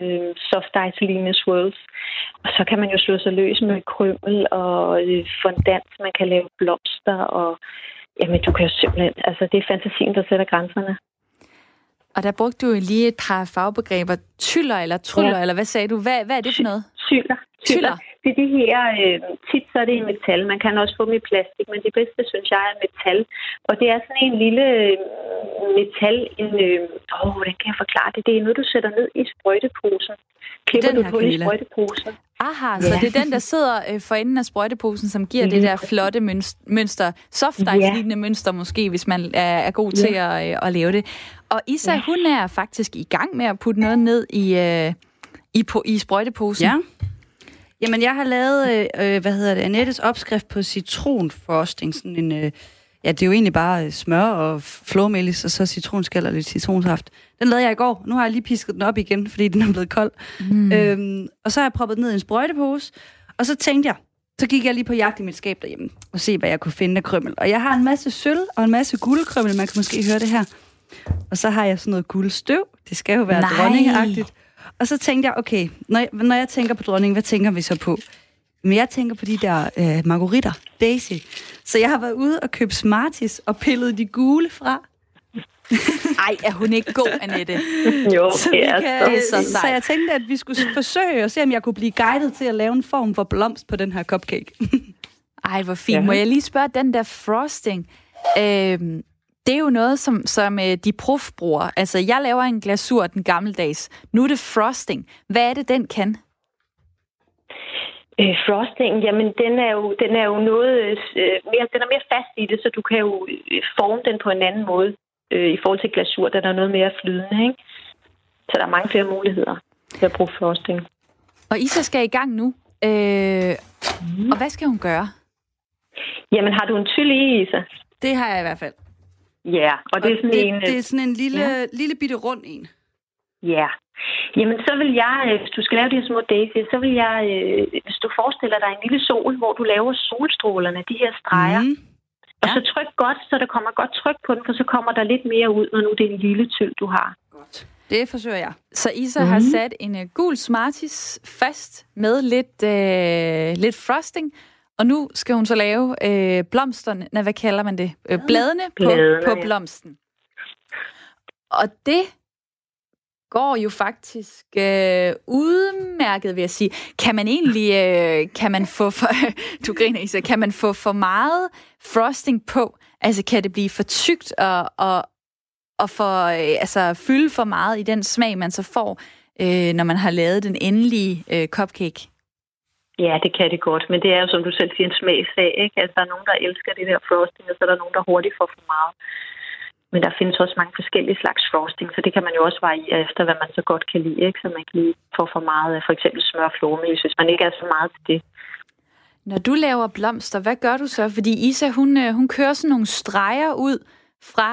soft ice-lignende swirls. Og så kan man jo slå sig løs med krymmel og fondant, man kan lave blomster, og jamen, du kan jo simpelthen... Altså, det er fantasien, der sætter grænserne. Og der brugte du lige et par fagbegreber. Tyller eller tryller, eller hvad sagde du? Hvad er det for noget? Tyller. Det er de her... tit så er det i metal. Man kan også få dem i plastik, men det bedste, synes jeg, er metal. Og det er sådan en lille metal... hvordan kan jeg forklare det? Det er noget, du sætter ned i sprøjteposen. Klipper du på i sprøjteposen. Aha, så det er den, der sidder for enden af sprøjteposen, som giver det der flotte mønster. Soft ice-lignende mønster måske, hvis man er god til at lave det. Og Isa, hun er faktisk i gang med at putte noget ned i sprøjteposen. Ja. Jamen, jeg har lavet, Annettes opskrift på citronfrosting. Sådan en, det er jo egentlig bare smør og flormelis, og så citronskal og lidt citronsaft. Den lavede jeg i går. Nu har jeg lige pisket den op igen, fordi den er blevet kold. Og så har jeg proppet den ned i en sprøjtepose. Og så tænkte jeg, så gik jeg lige på jagt i mit skab derhjemme, og se, hvad jeg kunne finde af krymmel. Og jeg har en masse sølv og en masse guldkrymmel, man kan måske høre det her. Og så har jeg sådan noget guldstøv. Det skal jo være dronningeagtigt. Og så tænkte jeg, okay, når jeg tænker på dronningen, hvad tænker vi så på? Men jeg tænker på de der margaritter, Daisy. Så jeg har været ude og købt Smarties og pillet de gule fra. Ej, er hun ikke god, Annette? Jo, så jeg tænkte, at vi skulle forsøge at se, om jeg kunne blive guidet til at lave en form for blomst på den her cupcake. Ej, hvor fint. Må jeg lige spørge, den der frosting... Det er jo noget, som de prof bruger. Altså, jeg laver en glasur den gammeldags. Nu er det frosting. Hvad er det, den kan? Frosting, jamen, den er jo noget mere, den er mere fast i det, så du kan jo forme den på en anden måde. I forhold til glasur, den er noget mere flydende, ikke? Så der er mange flere muligheder til at bruge frosting. Og Isa skal i gang nu. Og hvad skal hun gøre? Jamen, har du en tylle i, Isa? Det har jeg i hvert fald. Ja, og det er sådan det er sådan en lille bitte rund en. Ja. Jamen, så vil jeg, hvis du skal lave de her små daisy, så vil jeg, hvis du forestiller dig en lille sol, hvor du laver solstrålerne, de her streger, og så tryk godt, så der kommer godt tryk på den, for så kommer der lidt mere ud, når nu det er en lille tyld, du har. Godt. Det forsøger jeg. Så Isa har sat en gul Smarties fast med lidt frosting, og nu skal hun så lave blomsterne, hvad kalder man det? Bladene på blomsten. Og det går jo faktisk udmærket, vil jeg sige. Kan man egentlig, du griner, Isa, kan man få for meget frosting på? Altså, kan det blive for tykt og fylde for meget i den smag, man så får, når man har lavet den endelige cupcake? Ja, det kan det godt, men det er jo, som du selv siger, en smagssag, ikke? Altså, der er nogen, der elsker det der frosting, og så er der nogen, der hurtigt får for meget. Men der findes også mange forskellige slags frosting, så det kan man jo også variere efter, hvad man så godt kan lide, ikke? Så man kan lige få for meget af for eksempel smør og flormelis, hvis man ikke er så meget til det. Når du laver blomster, hvad gør du så? Fordi Isa, hun kører sådan nogle streger ud fra,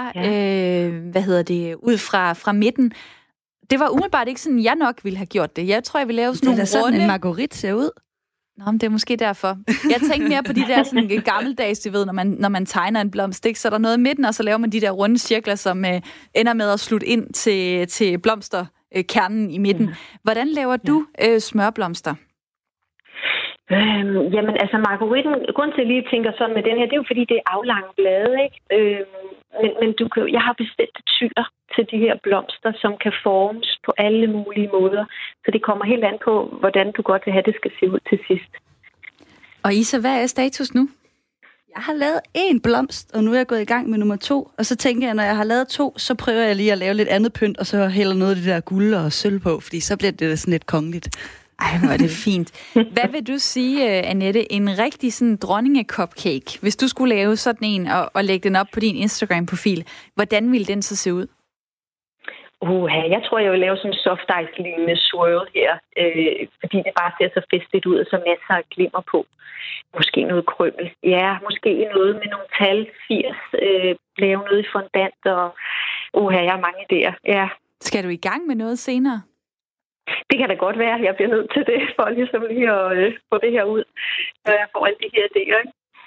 ud fra midten. Det var umiddelbart ikke sådan, jeg nok ville have gjort det. Jeg tror, jeg ville lave sådan nogle runde... Det er sådan, en marguerite ser ud. Nå, men det er måske derfor. Jeg tænkte mere på de der sådan gammeldags, du ved, når man tegner en blomst, ikke? Så er der noget i midten, og så laver man de der runde cirkler, som ender med at slutte ind til blomsterkernen i midten. Hvordan laver du smørblomster? Jamen, altså margueritten, grunden til at jeg lige tænker sådan med den her, det er jo fordi, det er aflange blade, ikke? Men jeg har bestemte typer til de her blomster, som kan formes på alle mulige måder. Så det kommer helt an på, hvordan du godt vil have, det skal se ud til sidst. Og Isa, hvad er status nu? Jeg har lavet 1 blomst, og nu er jeg gået i gang med nummer 2. Og så tænker jeg, når jeg har lavet 2, så prøver jeg lige at lave lidt andet pynt, og så hælder noget af det der guld og sølv på, fordi så bliver det sådan lidt kongeligt. Ej, hvor er det fint. Hvad vil du sige, Annette, en rigtig sådan dronninge-cupcake, hvis du skulle lave sådan en og lægge den op på din Instagram-profil, hvordan ville den så se ud? Jeg tror, jeg vil lave sådan en soft ice-lignende swirl her, fordi det bare ser så festligt ud, og så masser af glimmer på. Måske noget krymmel. Ja, måske noget med nogle tal, 80, lave noget i fondant, og jeg har mange idéer. Ja. Skal du i gang med noget senere? Det kan da godt være, at jeg bliver nødt til det, for ligesom lige at få det her ud, når jeg får alle de her idéer. Ikke?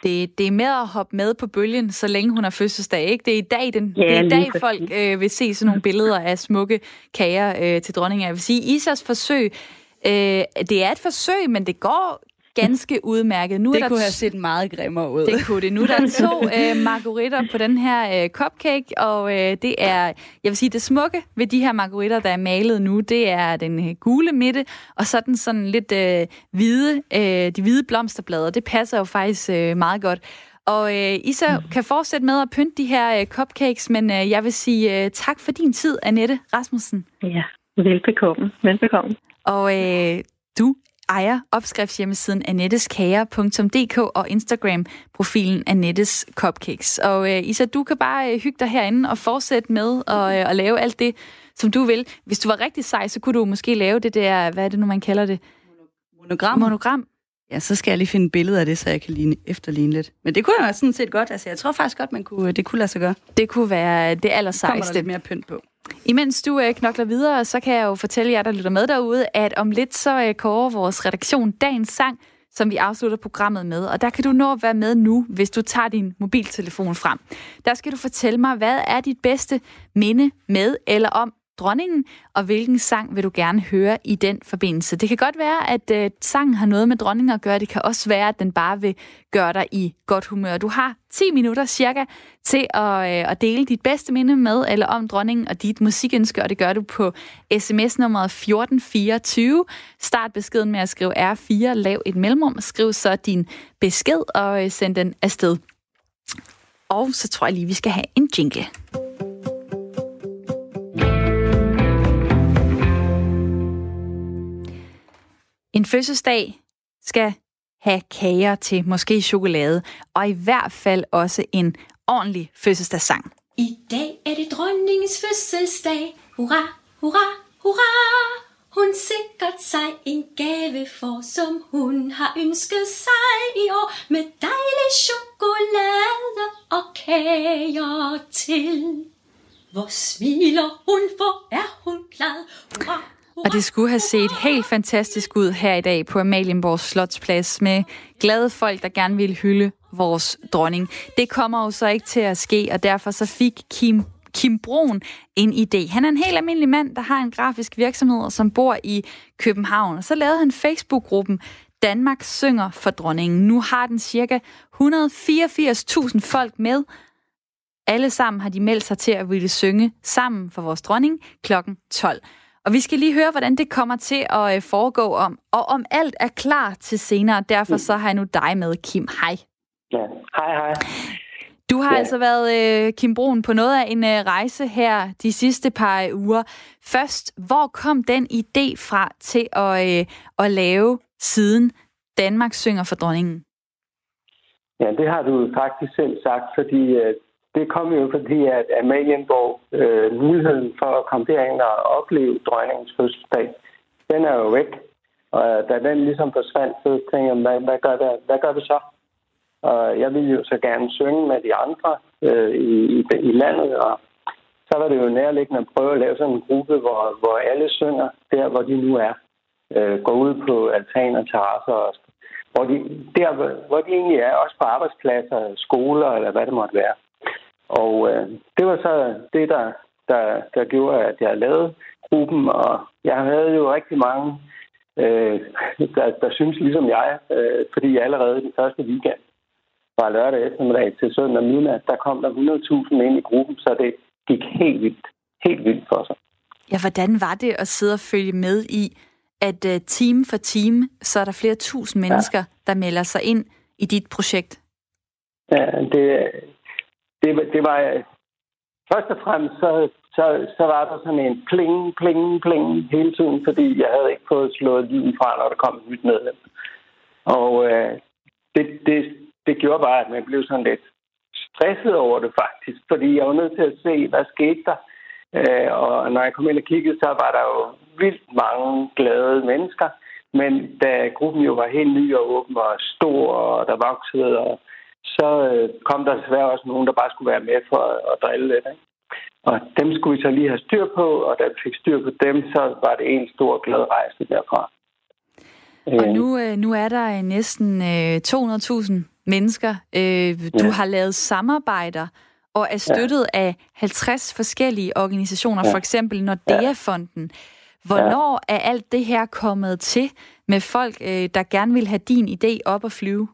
Det er med at hoppe med på bølgen, så længe hun har fødselsdag, ikke? Det er i dag, folk vil se sådan nogle billeder af smukke kager til dronningen. Jeg vil sige, Isas forsøg, det er et forsøg, men det går ganske udmærket. Nu det kunne have set meget grimmere ud. Det kunne det. Nu er der 2 margaritter på den her cupcake, og det er, jeg vil sige, det smukke ved de her margaritter, der er malet nu, det er den gule midte, og så den sådan lidt hvide, de hvide blomsterblade, det passer jo faktisk meget godt. Og Isa kan fortsætte med at pynte de her cupcakes, men jeg vil sige tak for din tid, Annette Rasmussen. Ja, velbekomme. Og du ejer opskriftshjemmesiden anetteskager.dk og Instagram-profilen Annettes Cupcakes. Og Isa, du kan bare hygge dig herinde og fortsætte med at lave alt det, som du vil. Hvis du var rigtig sej, så kunne du måske lave det der, hvad er det nu, man kalder det? Monogram. Ja, så skal jeg lige finde et billede af det, så jeg kan efterligne lidt. Men det kunne jo sådan set godt. Altså, jeg tror faktisk godt, det kunne lade sig gøre. Det kunne være det allersejeste. Kommer der lidt mere pynt på. Imens du knokler videre, så kan jeg jo fortælle jer, der lytter med derude, at om lidt så kårer vores redaktion dagens sang, som vi afslutter programmet med. Og der kan du nå at være med nu, hvis du tager din mobiltelefon frem. Der skal du fortælle mig, hvad er dit bedste minde med eller om dronningen, og hvilken sang vil du gerne høre i den forbindelse. Det kan godt være, at sangen har noget med dronningen at gøre. Det kan også være, at den bare vil gøre dig i godt humør. Du har 10 minutter cirka til at dele dit bedste minde med eller om dronningen og dit musikønske, og det gør du på sms-nummeret 1424. Start beskeden med at skrive R4, lav et mellemrum, skriv så din besked og send den afsted. Og så tror jeg lige, vi skal have en jingle. En fødselsdag skal have kager til, måske chokolade, og i hvert fald også en ordentlig fødselsdagssang. I dag er det dronningens fødselsdag. Hurra, hurra, hurra. Hun sikkert sig en gave for, som hun har ønsket sig i år. Med dejlig chokolade og kager til. Hvor smiler hun, for er hun glad. Hurra. Og det skulle have set helt fantastisk ud her i dag på Amalienborg Slotsplads med glade folk, der gerne ville hylde vores dronning. Det kommer jo så ikke til at ske, og derfor så fik Kim Bruun en idé. Han er en helt almindelig mand, der har en grafisk virksomhed, som bor i København. Og så lavede han Facebook-gruppen Danmark synger for dronningen. Nu har den cirka 184.000 folk med. Alle sammen har de meldt sig til at ville synge sammen for vores dronning kl. 12. Og vi skal lige høre, hvordan det kommer til at foregå om alt er klar til senere. Derfor så har jeg nu dig med, Kim. Hej. Ja, hej. Du har altså været, Kim Bruun, på noget af en rejse her de sidste par uger. Først, hvor kom den idé fra til at lave siden Danmark synger for dronningen? Ja, det har du faktisk selv sagt, fordi det kom jo fordi, at Amalienborg, muligheden for at komme derind og opleve dronningens fødselsdag, den er jo væk. Og da den ligesom forsvandt, så tænkte jeg, hvad gør vi så? Og jeg ville jo så gerne synge med de andre i landet, og så var det jo nærliggende at prøve at lave sådan en gruppe, hvor alle synger der, hvor de nu er. Går ud på altaner, terrasser, og hvor de egentlig er, også på arbejdspladser, skoler eller hvad det måtte være. Og det var så det, der gjorde, at jeg lavede gruppen, og jeg havde jo rigtig mange, der synes ligesom jeg, fordi allerede den første weekend fra lørdag eftermiddag til søndag midnat, der kom der 100.000 ind i gruppen, så det gik helt vildt for sig. Ja, hvordan var det at sidde og følge med i, at time for time, så er der flere tusind mennesker, der melder sig ind i dit projekt? Ja, det var først og fremmest, så var der sådan en pling hele tiden, fordi jeg havde ikke fået slået lyden fra, når der kom et nyt medlem. Og det gjorde bare, at man blev sådan lidt stresset over det faktisk, fordi jeg var nødt til at se, hvad skete der. Og når jeg kom ind og kiggede, så var der jo vildt mange glade mennesker. Men da gruppen jo var helt ny og åben og stor, og der voksede, og så kom der desværre også nogen, der bare skulle være med for at drille lidt. Ikke? Og dem skulle vi så lige have styr på, og da vi fik styr på dem, så var det en stor glad rejse derfra. Og nu er der næsten 200.000 mennesker. Du har lavet samarbejder og er støttet af 50 forskellige organisationer, for eksempel Nordea-fonden. Hvornår er alt det her kommet til med folk, der gerne vil have din idé op at flyve?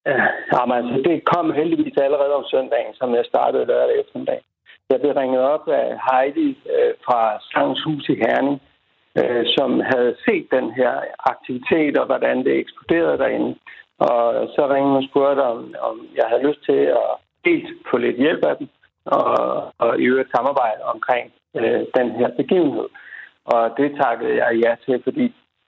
Altså, det kom heldigvis allerede om søndagen, som jeg startede lørdag eftermiddag. Jeg blev ringet op af Heidi fra Sangens Hus i Herning, som havde set den her aktivitet og hvordan det eksploderede derinde. Og så ringede hun og spurgte, om jeg havde lyst til at helt få lidt hjælp af dem og i øvrigt samarbejde omkring den her begivenhed. Og det takkede jeg ja til, fordi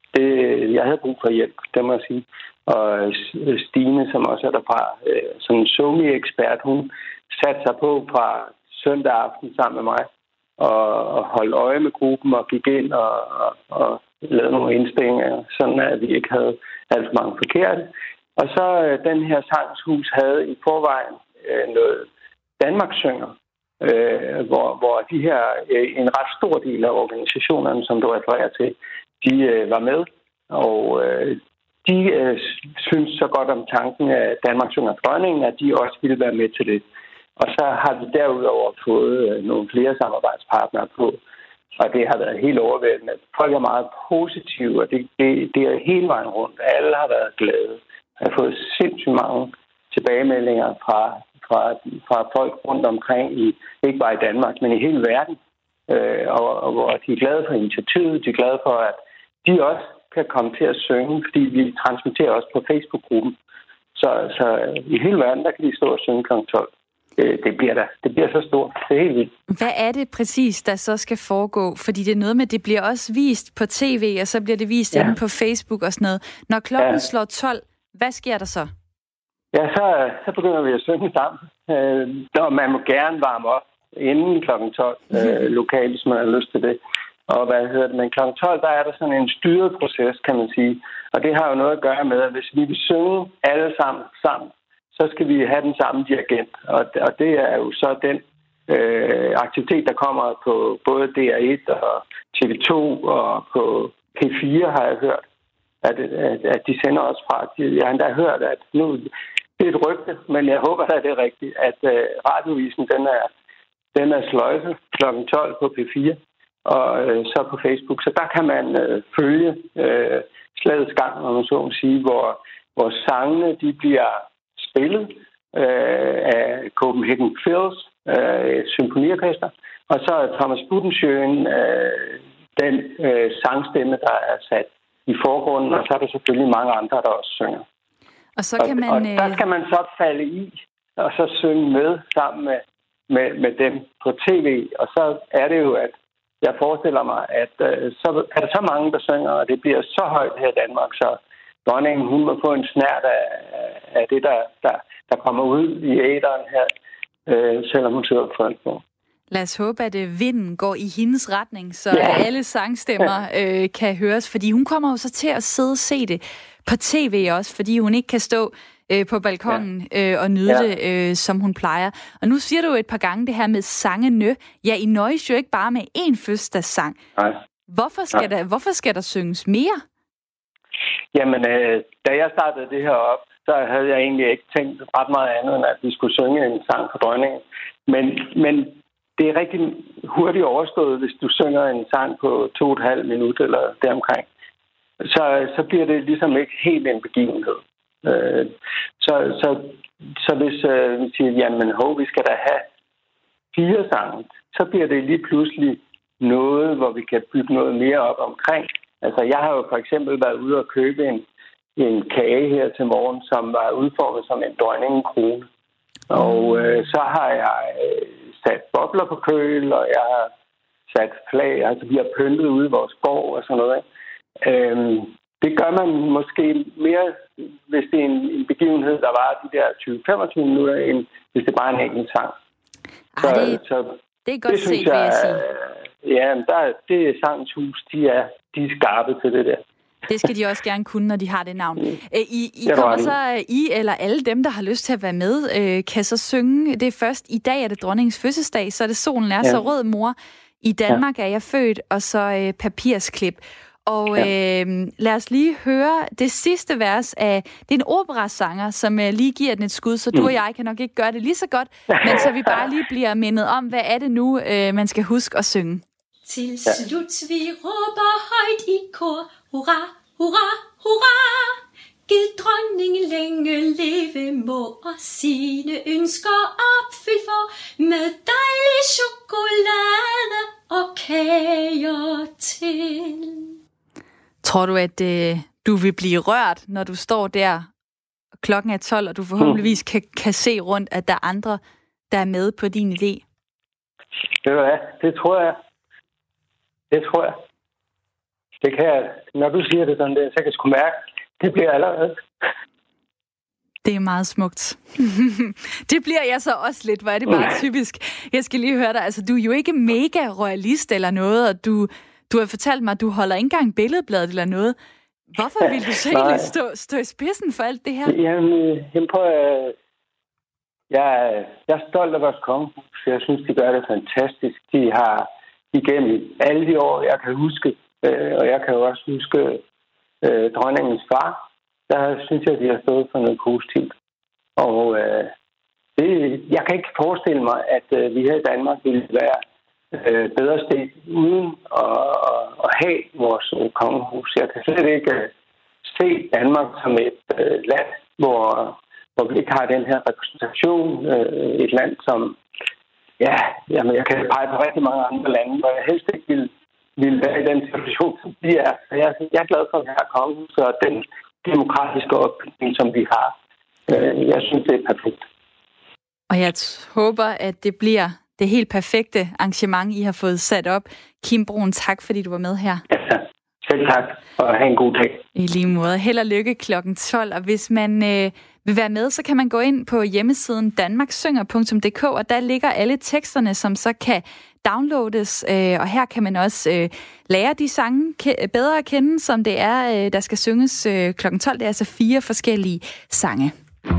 jeg havde brug for hjælp, det må jeg sige. Og Stine, som også er derfra, som en SoMe-ekspert, hun satte sig på fra søndag aften sammen med mig og holdt øje med gruppen og gik ind og lavede nogle indstillinger, sådan at vi ikke havde alt for mange forkerte. Og så den her Sangens Hus havde i forvejen noget Danmark synger, hvor de her, en ret stor del af organisationerne, som du refererer til, de var med, og de synes så godt om tanken af Danmark synger dronningen, at de også ville være med til det. Og så har vi derudover fået nogle flere samarbejdspartnere på, og det har været helt overvældende. Folk er meget positive, og det er hele vejen rundt. Alle har været glade. Jeg har fået sindssygt mange tilbagemeldinger fra folk rundt omkring, ikke bare i Danmark, men i hele verden. Og hvor de er glade for initiativet, de er glade for, at de også kan komme til at synge, fordi vi transmitterer også på Facebook-gruppen. Så i hele verden, der kan de stå og synge kl. 12. Det bliver så stort. Det er helt vildt. Hvad er det præcis, der så skal foregå? Fordi det er noget med, det bliver også vist på tv, og så bliver det vist inde på Facebook og sådan noget. Når klokken slår 12, hvad sker der så? Ja, så begynder vi at synge sammen. Og man må gerne varme op inden kl. 12 lokalt, hvis man har lyst til det. Og men kl. 12, der er der sådan en styret proces, kan man sige. Og det har jo noget at gøre med, at hvis vi vil synge alle sammen, så skal vi have den samme dirigent. Og det er jo så den aktivitet, der kommer på både DR1 og TV2 og på P4, har jeg hørt, at de sender os fra. Jeg har endda hørt, at nu, det er et rygte, men jeg håber, at det er rigtigt, at radiovisen, den er sløjset kl. 12 på P4 og så på Facebook. Så der kan man følge slagets gang, om man så må sige, hvor sangene de bliver spillet af Copenhagen Phils, et symfoniorkester, og så er Thomas Budensjøen den sangstemme, der er sat i forgrunden, og så er der selvfølgelig mange andre, der også synger. Og så kan man... Og der skal man så falde i, og så synge med sammen med dem på tv, og så er det jo, at jeg forestiller mig, at så er der så mange, der synger, og det bliver så højt her i Danmark, så dronningen, hun må få en snert af det, der kommer ud i æteren her, selvom hun sidder på Fredensborg. Lad os håbe, at vinden går i hendes retning, så alle sangstemmer kan høres, fordi hun kommer jo så til at sidde og se det på tv også, fordi hun ikke kan stå på balkongen og nyde det, som hun plejer. Og nu siger du et par gange det her med sangene. Ja, I nøjes jo ikke bare med én fødselsdagssang. Nej. Hvorfor skal der synges mere? Jamen, da jeg startede det her op, så havde jeg egentlig ikke tænkt ret meget andet, end at vi skulle synge en sang for dronningen. Men det er rigtig hurtigt overstået, hvis du synger en sang på 2,5 minutter eller deromkring. Så bliver det ligesom ikke helt en begivenhed. Så hvis vi siger, jamen vi skal da have 4 sange, så bliver det lige pludselig noget, hvor vi kan bygge noget mere op omkring. Altså, jeg har jo for eksempel været ude og købe en kage her til morgen, som var udformet som en dronningkrone. Og så har jeg sat bobler på køl, og jeg har sat flag, altså vi har pyntet ude i vores gård og sådan noget. Det gør man måske mere, hvis det er en begivenhed, der var de der 20-25 minutter, end hvis det bare er en enkelt sang. Det er godt set, vil jeg sige. Ja, det er Sangens Hus, de er skarpe til det der. Det skal de også gerne kunne, når de har det navn. I kommer så, eller alle dem, der har lyst til at være med, kan så synge. Det er først i dag, er det dronningens fødselsdag, så er det Solen er så rød, mor. I Danmark er jeg født, og så papirsklip. Og lad os lige høre det sidste vers af... Det er en operasanger, som lige giver den et skud, så du og jeg kan nok ikke gøre det lige så godt, men så vi bare lige bliver mindet om, hvad er det nu, man skal huske at synge. Til slut vi råber højt i kor, hurra, hurra, hurra! Gid dronningen længe leve må, og sine ønsker opfyldt for, med dejlig chokolade og kager til. Tror du, at du vil blive rørt, når du står der, og klokken er 12, og du forhåbentligvis kan se rundt, at der er andre, der er med på din idé? Det tror jeg. Det tror jeg. Det kan jeg. Når du siger det sådan der, så kan jeg sgu mærke, det bliver allerede. Det er meget smukt. Det bliver jeg så også lidt, hvor er det meget typisk. Jeg skal lige høre dig, altså du er jo ikke mega royalist eller noget, og du har fortalt mig, at du holder ikke engang billedbladet eller noget. Hvorfor vil du så egentlig stå i spidsen for alt det her? Jamen prøv at... Jeg er stolt af vores kongehus. Jeg synes, de gør det fantastisk. De har igennem alle de år, jeg kan huske, og jeg kan jo også huske dronningens far, der synes jeg, de har stået for noget positivt. Og jeg kan ikke forestille mig, at vi her i Danmark ville være bedre sted uden at have vores kongehus. Jeg kan slet ikke se Danmark som et land, hvor vi ikke har den her repræsentation. Et land, som jeg kan pege på rigtig mange andre lande, hvor jeg helst ikke ville være i den situation, som de er. Så jeg er glad for, at vi har kongehus og den demokratiske opbygning, som vi har. Jeg synes, det er perfekt. Og jeg håber, at det bliver det helt perfekte arrangement, I har fået sat op. Kim Bruun, tak fordi du var med her. Ja, selv tak, og have en god dag. I lige måde. Held og lykke klokken 12, og hvis man vil være med, så kan man gå ind på hjemmesiden danmarkssynger.dk, og der ligger alle teksterne, som så kan downloades, og her kan man også lære de sange bedre at kende, som det er, der skal synges klokken 12. Det er altså 4 forskellige sange.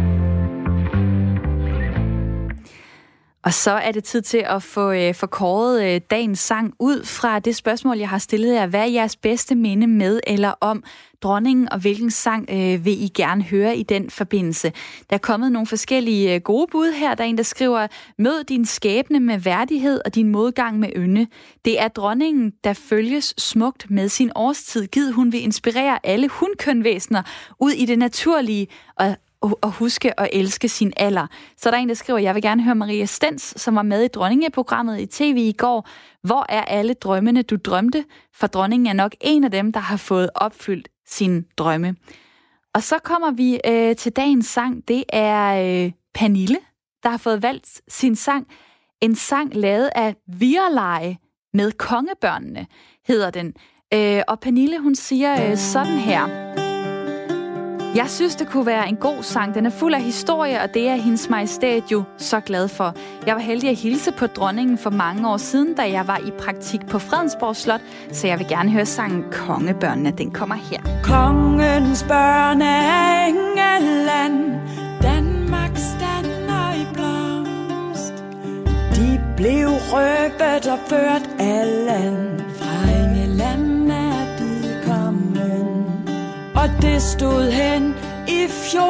Og så er det tid til at få kåret dagens sang ud fra det spørgsmål, jeg har stillet jer. Hvad er jeres bedste minde med eller om dronningen, og hvilken sang vil I gerne høre i den forbindelse? Der er kommet nogle forskellige gode bud her. Der er en, der skriver, mød din skæbne med værdighed og din modgang med ynde. Det er dronningen, der følges smukt med sin årstid. Gid hun vil inspirere alle hunkønvæsener ud i det naturlige og huske at elske sin alder. Så er der en, der skriver, jeg vil gerne høre Maria Stens, som var med i dronningeprogrammet i tv i går. Hvor er alle drømmene, du drømte? For dronningen er nok en af dem, der har fået opfyldt sine drømme. Og så kommer vi til dagens sang. Det er Pernille, der har fået valgt sin sang. En sang lavet af Virleje med kongebørnene, hedder den. Og Pernille, hun siger sådan her. Jeg synes, det kunne være en god sang. Den er fuld af historie, og det er hendes majestæt jo så glad for. Jeg var heldig at hilse på dronningen for mange år siden, da jeg var i praktik på Fredensborg Slot, så jeg vil gerne høre sangen Kongebørnene. Den kommer her. Kongens børn er England, Danmark stander i blomst. De blev røbet og ført af land, fra England er de kommet. Og det stod hen i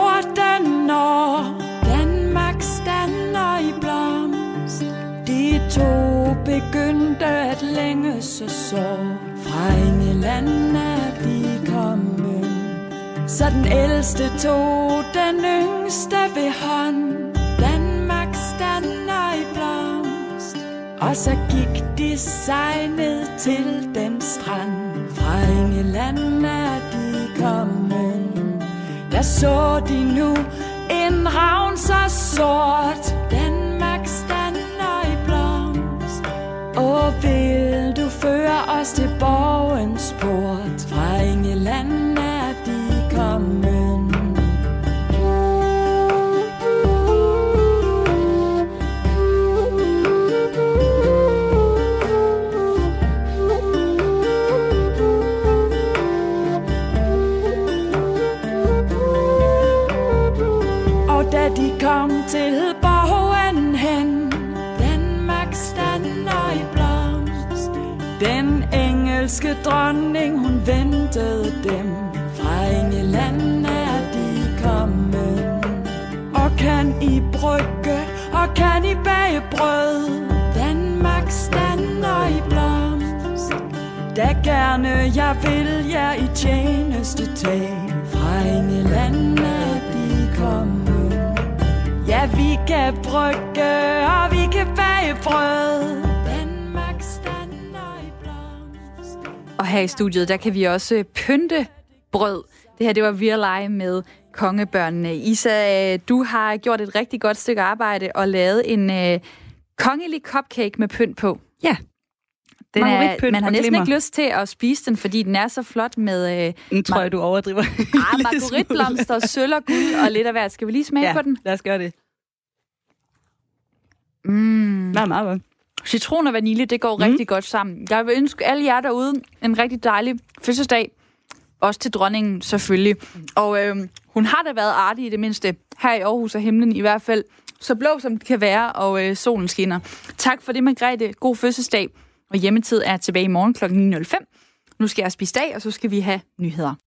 14 år, Danmark stander i blomst. De to begyndte at længe så fra England er de kommet. Så den ældste tog den yngste ved hånd, Danmark stander i blomst. Og så gik de sig ned til den strand, fra England er de kommen. Der så de nu en ravn så sort, Danmark stander i blomst. Og vil du føre os til borgens port, fra England er de kommen. De kom til borgen hen, Danmark stander i blomst. Den engel irske dronning, hun ventede dem. Fra England er de kommet. Og kan I brygge, og kan I bage brød? Danmark stander i blomst. Da gerne jeg vil jer i tjeneste tage. Fra England er de kommet. Ja, vi kan brygge, og vi kan bage brød. Danmark stander i blomst. Og her i studiet, der kan vi også pynte brød. Det her, det var Virelej med kongebørnene. Isa, du har gjort et rigtig godt stykke arbejde og lavet en kongelig cupcake med pynt på. Ja. Man har næsten ikke lyst til at spise den, fordi den er så flot med... Nu tror jeg, du overdriver. Margueritblomster, sølv og guld og lidt af hvert. Skal vi lige smage på den? Lad os gøre det. Meget godt. Citron og vanilje, det går rigtig godt sammen. Jeg vil ønske alle jer derude en rigtig dejlig fødselsdag. Også til dronningen selvfølgelig. Og hun har da været artig i det mindste. Her i Aarhus er himlen i hvert fald så blå, som det kan være, og solen skinner. Tak for det, Margrethe. God fødselsdag. Og hjemmetid er tilbage i morgen kl. 9.05. Nu skal jeg spise dag, og så skal vi have nyheder.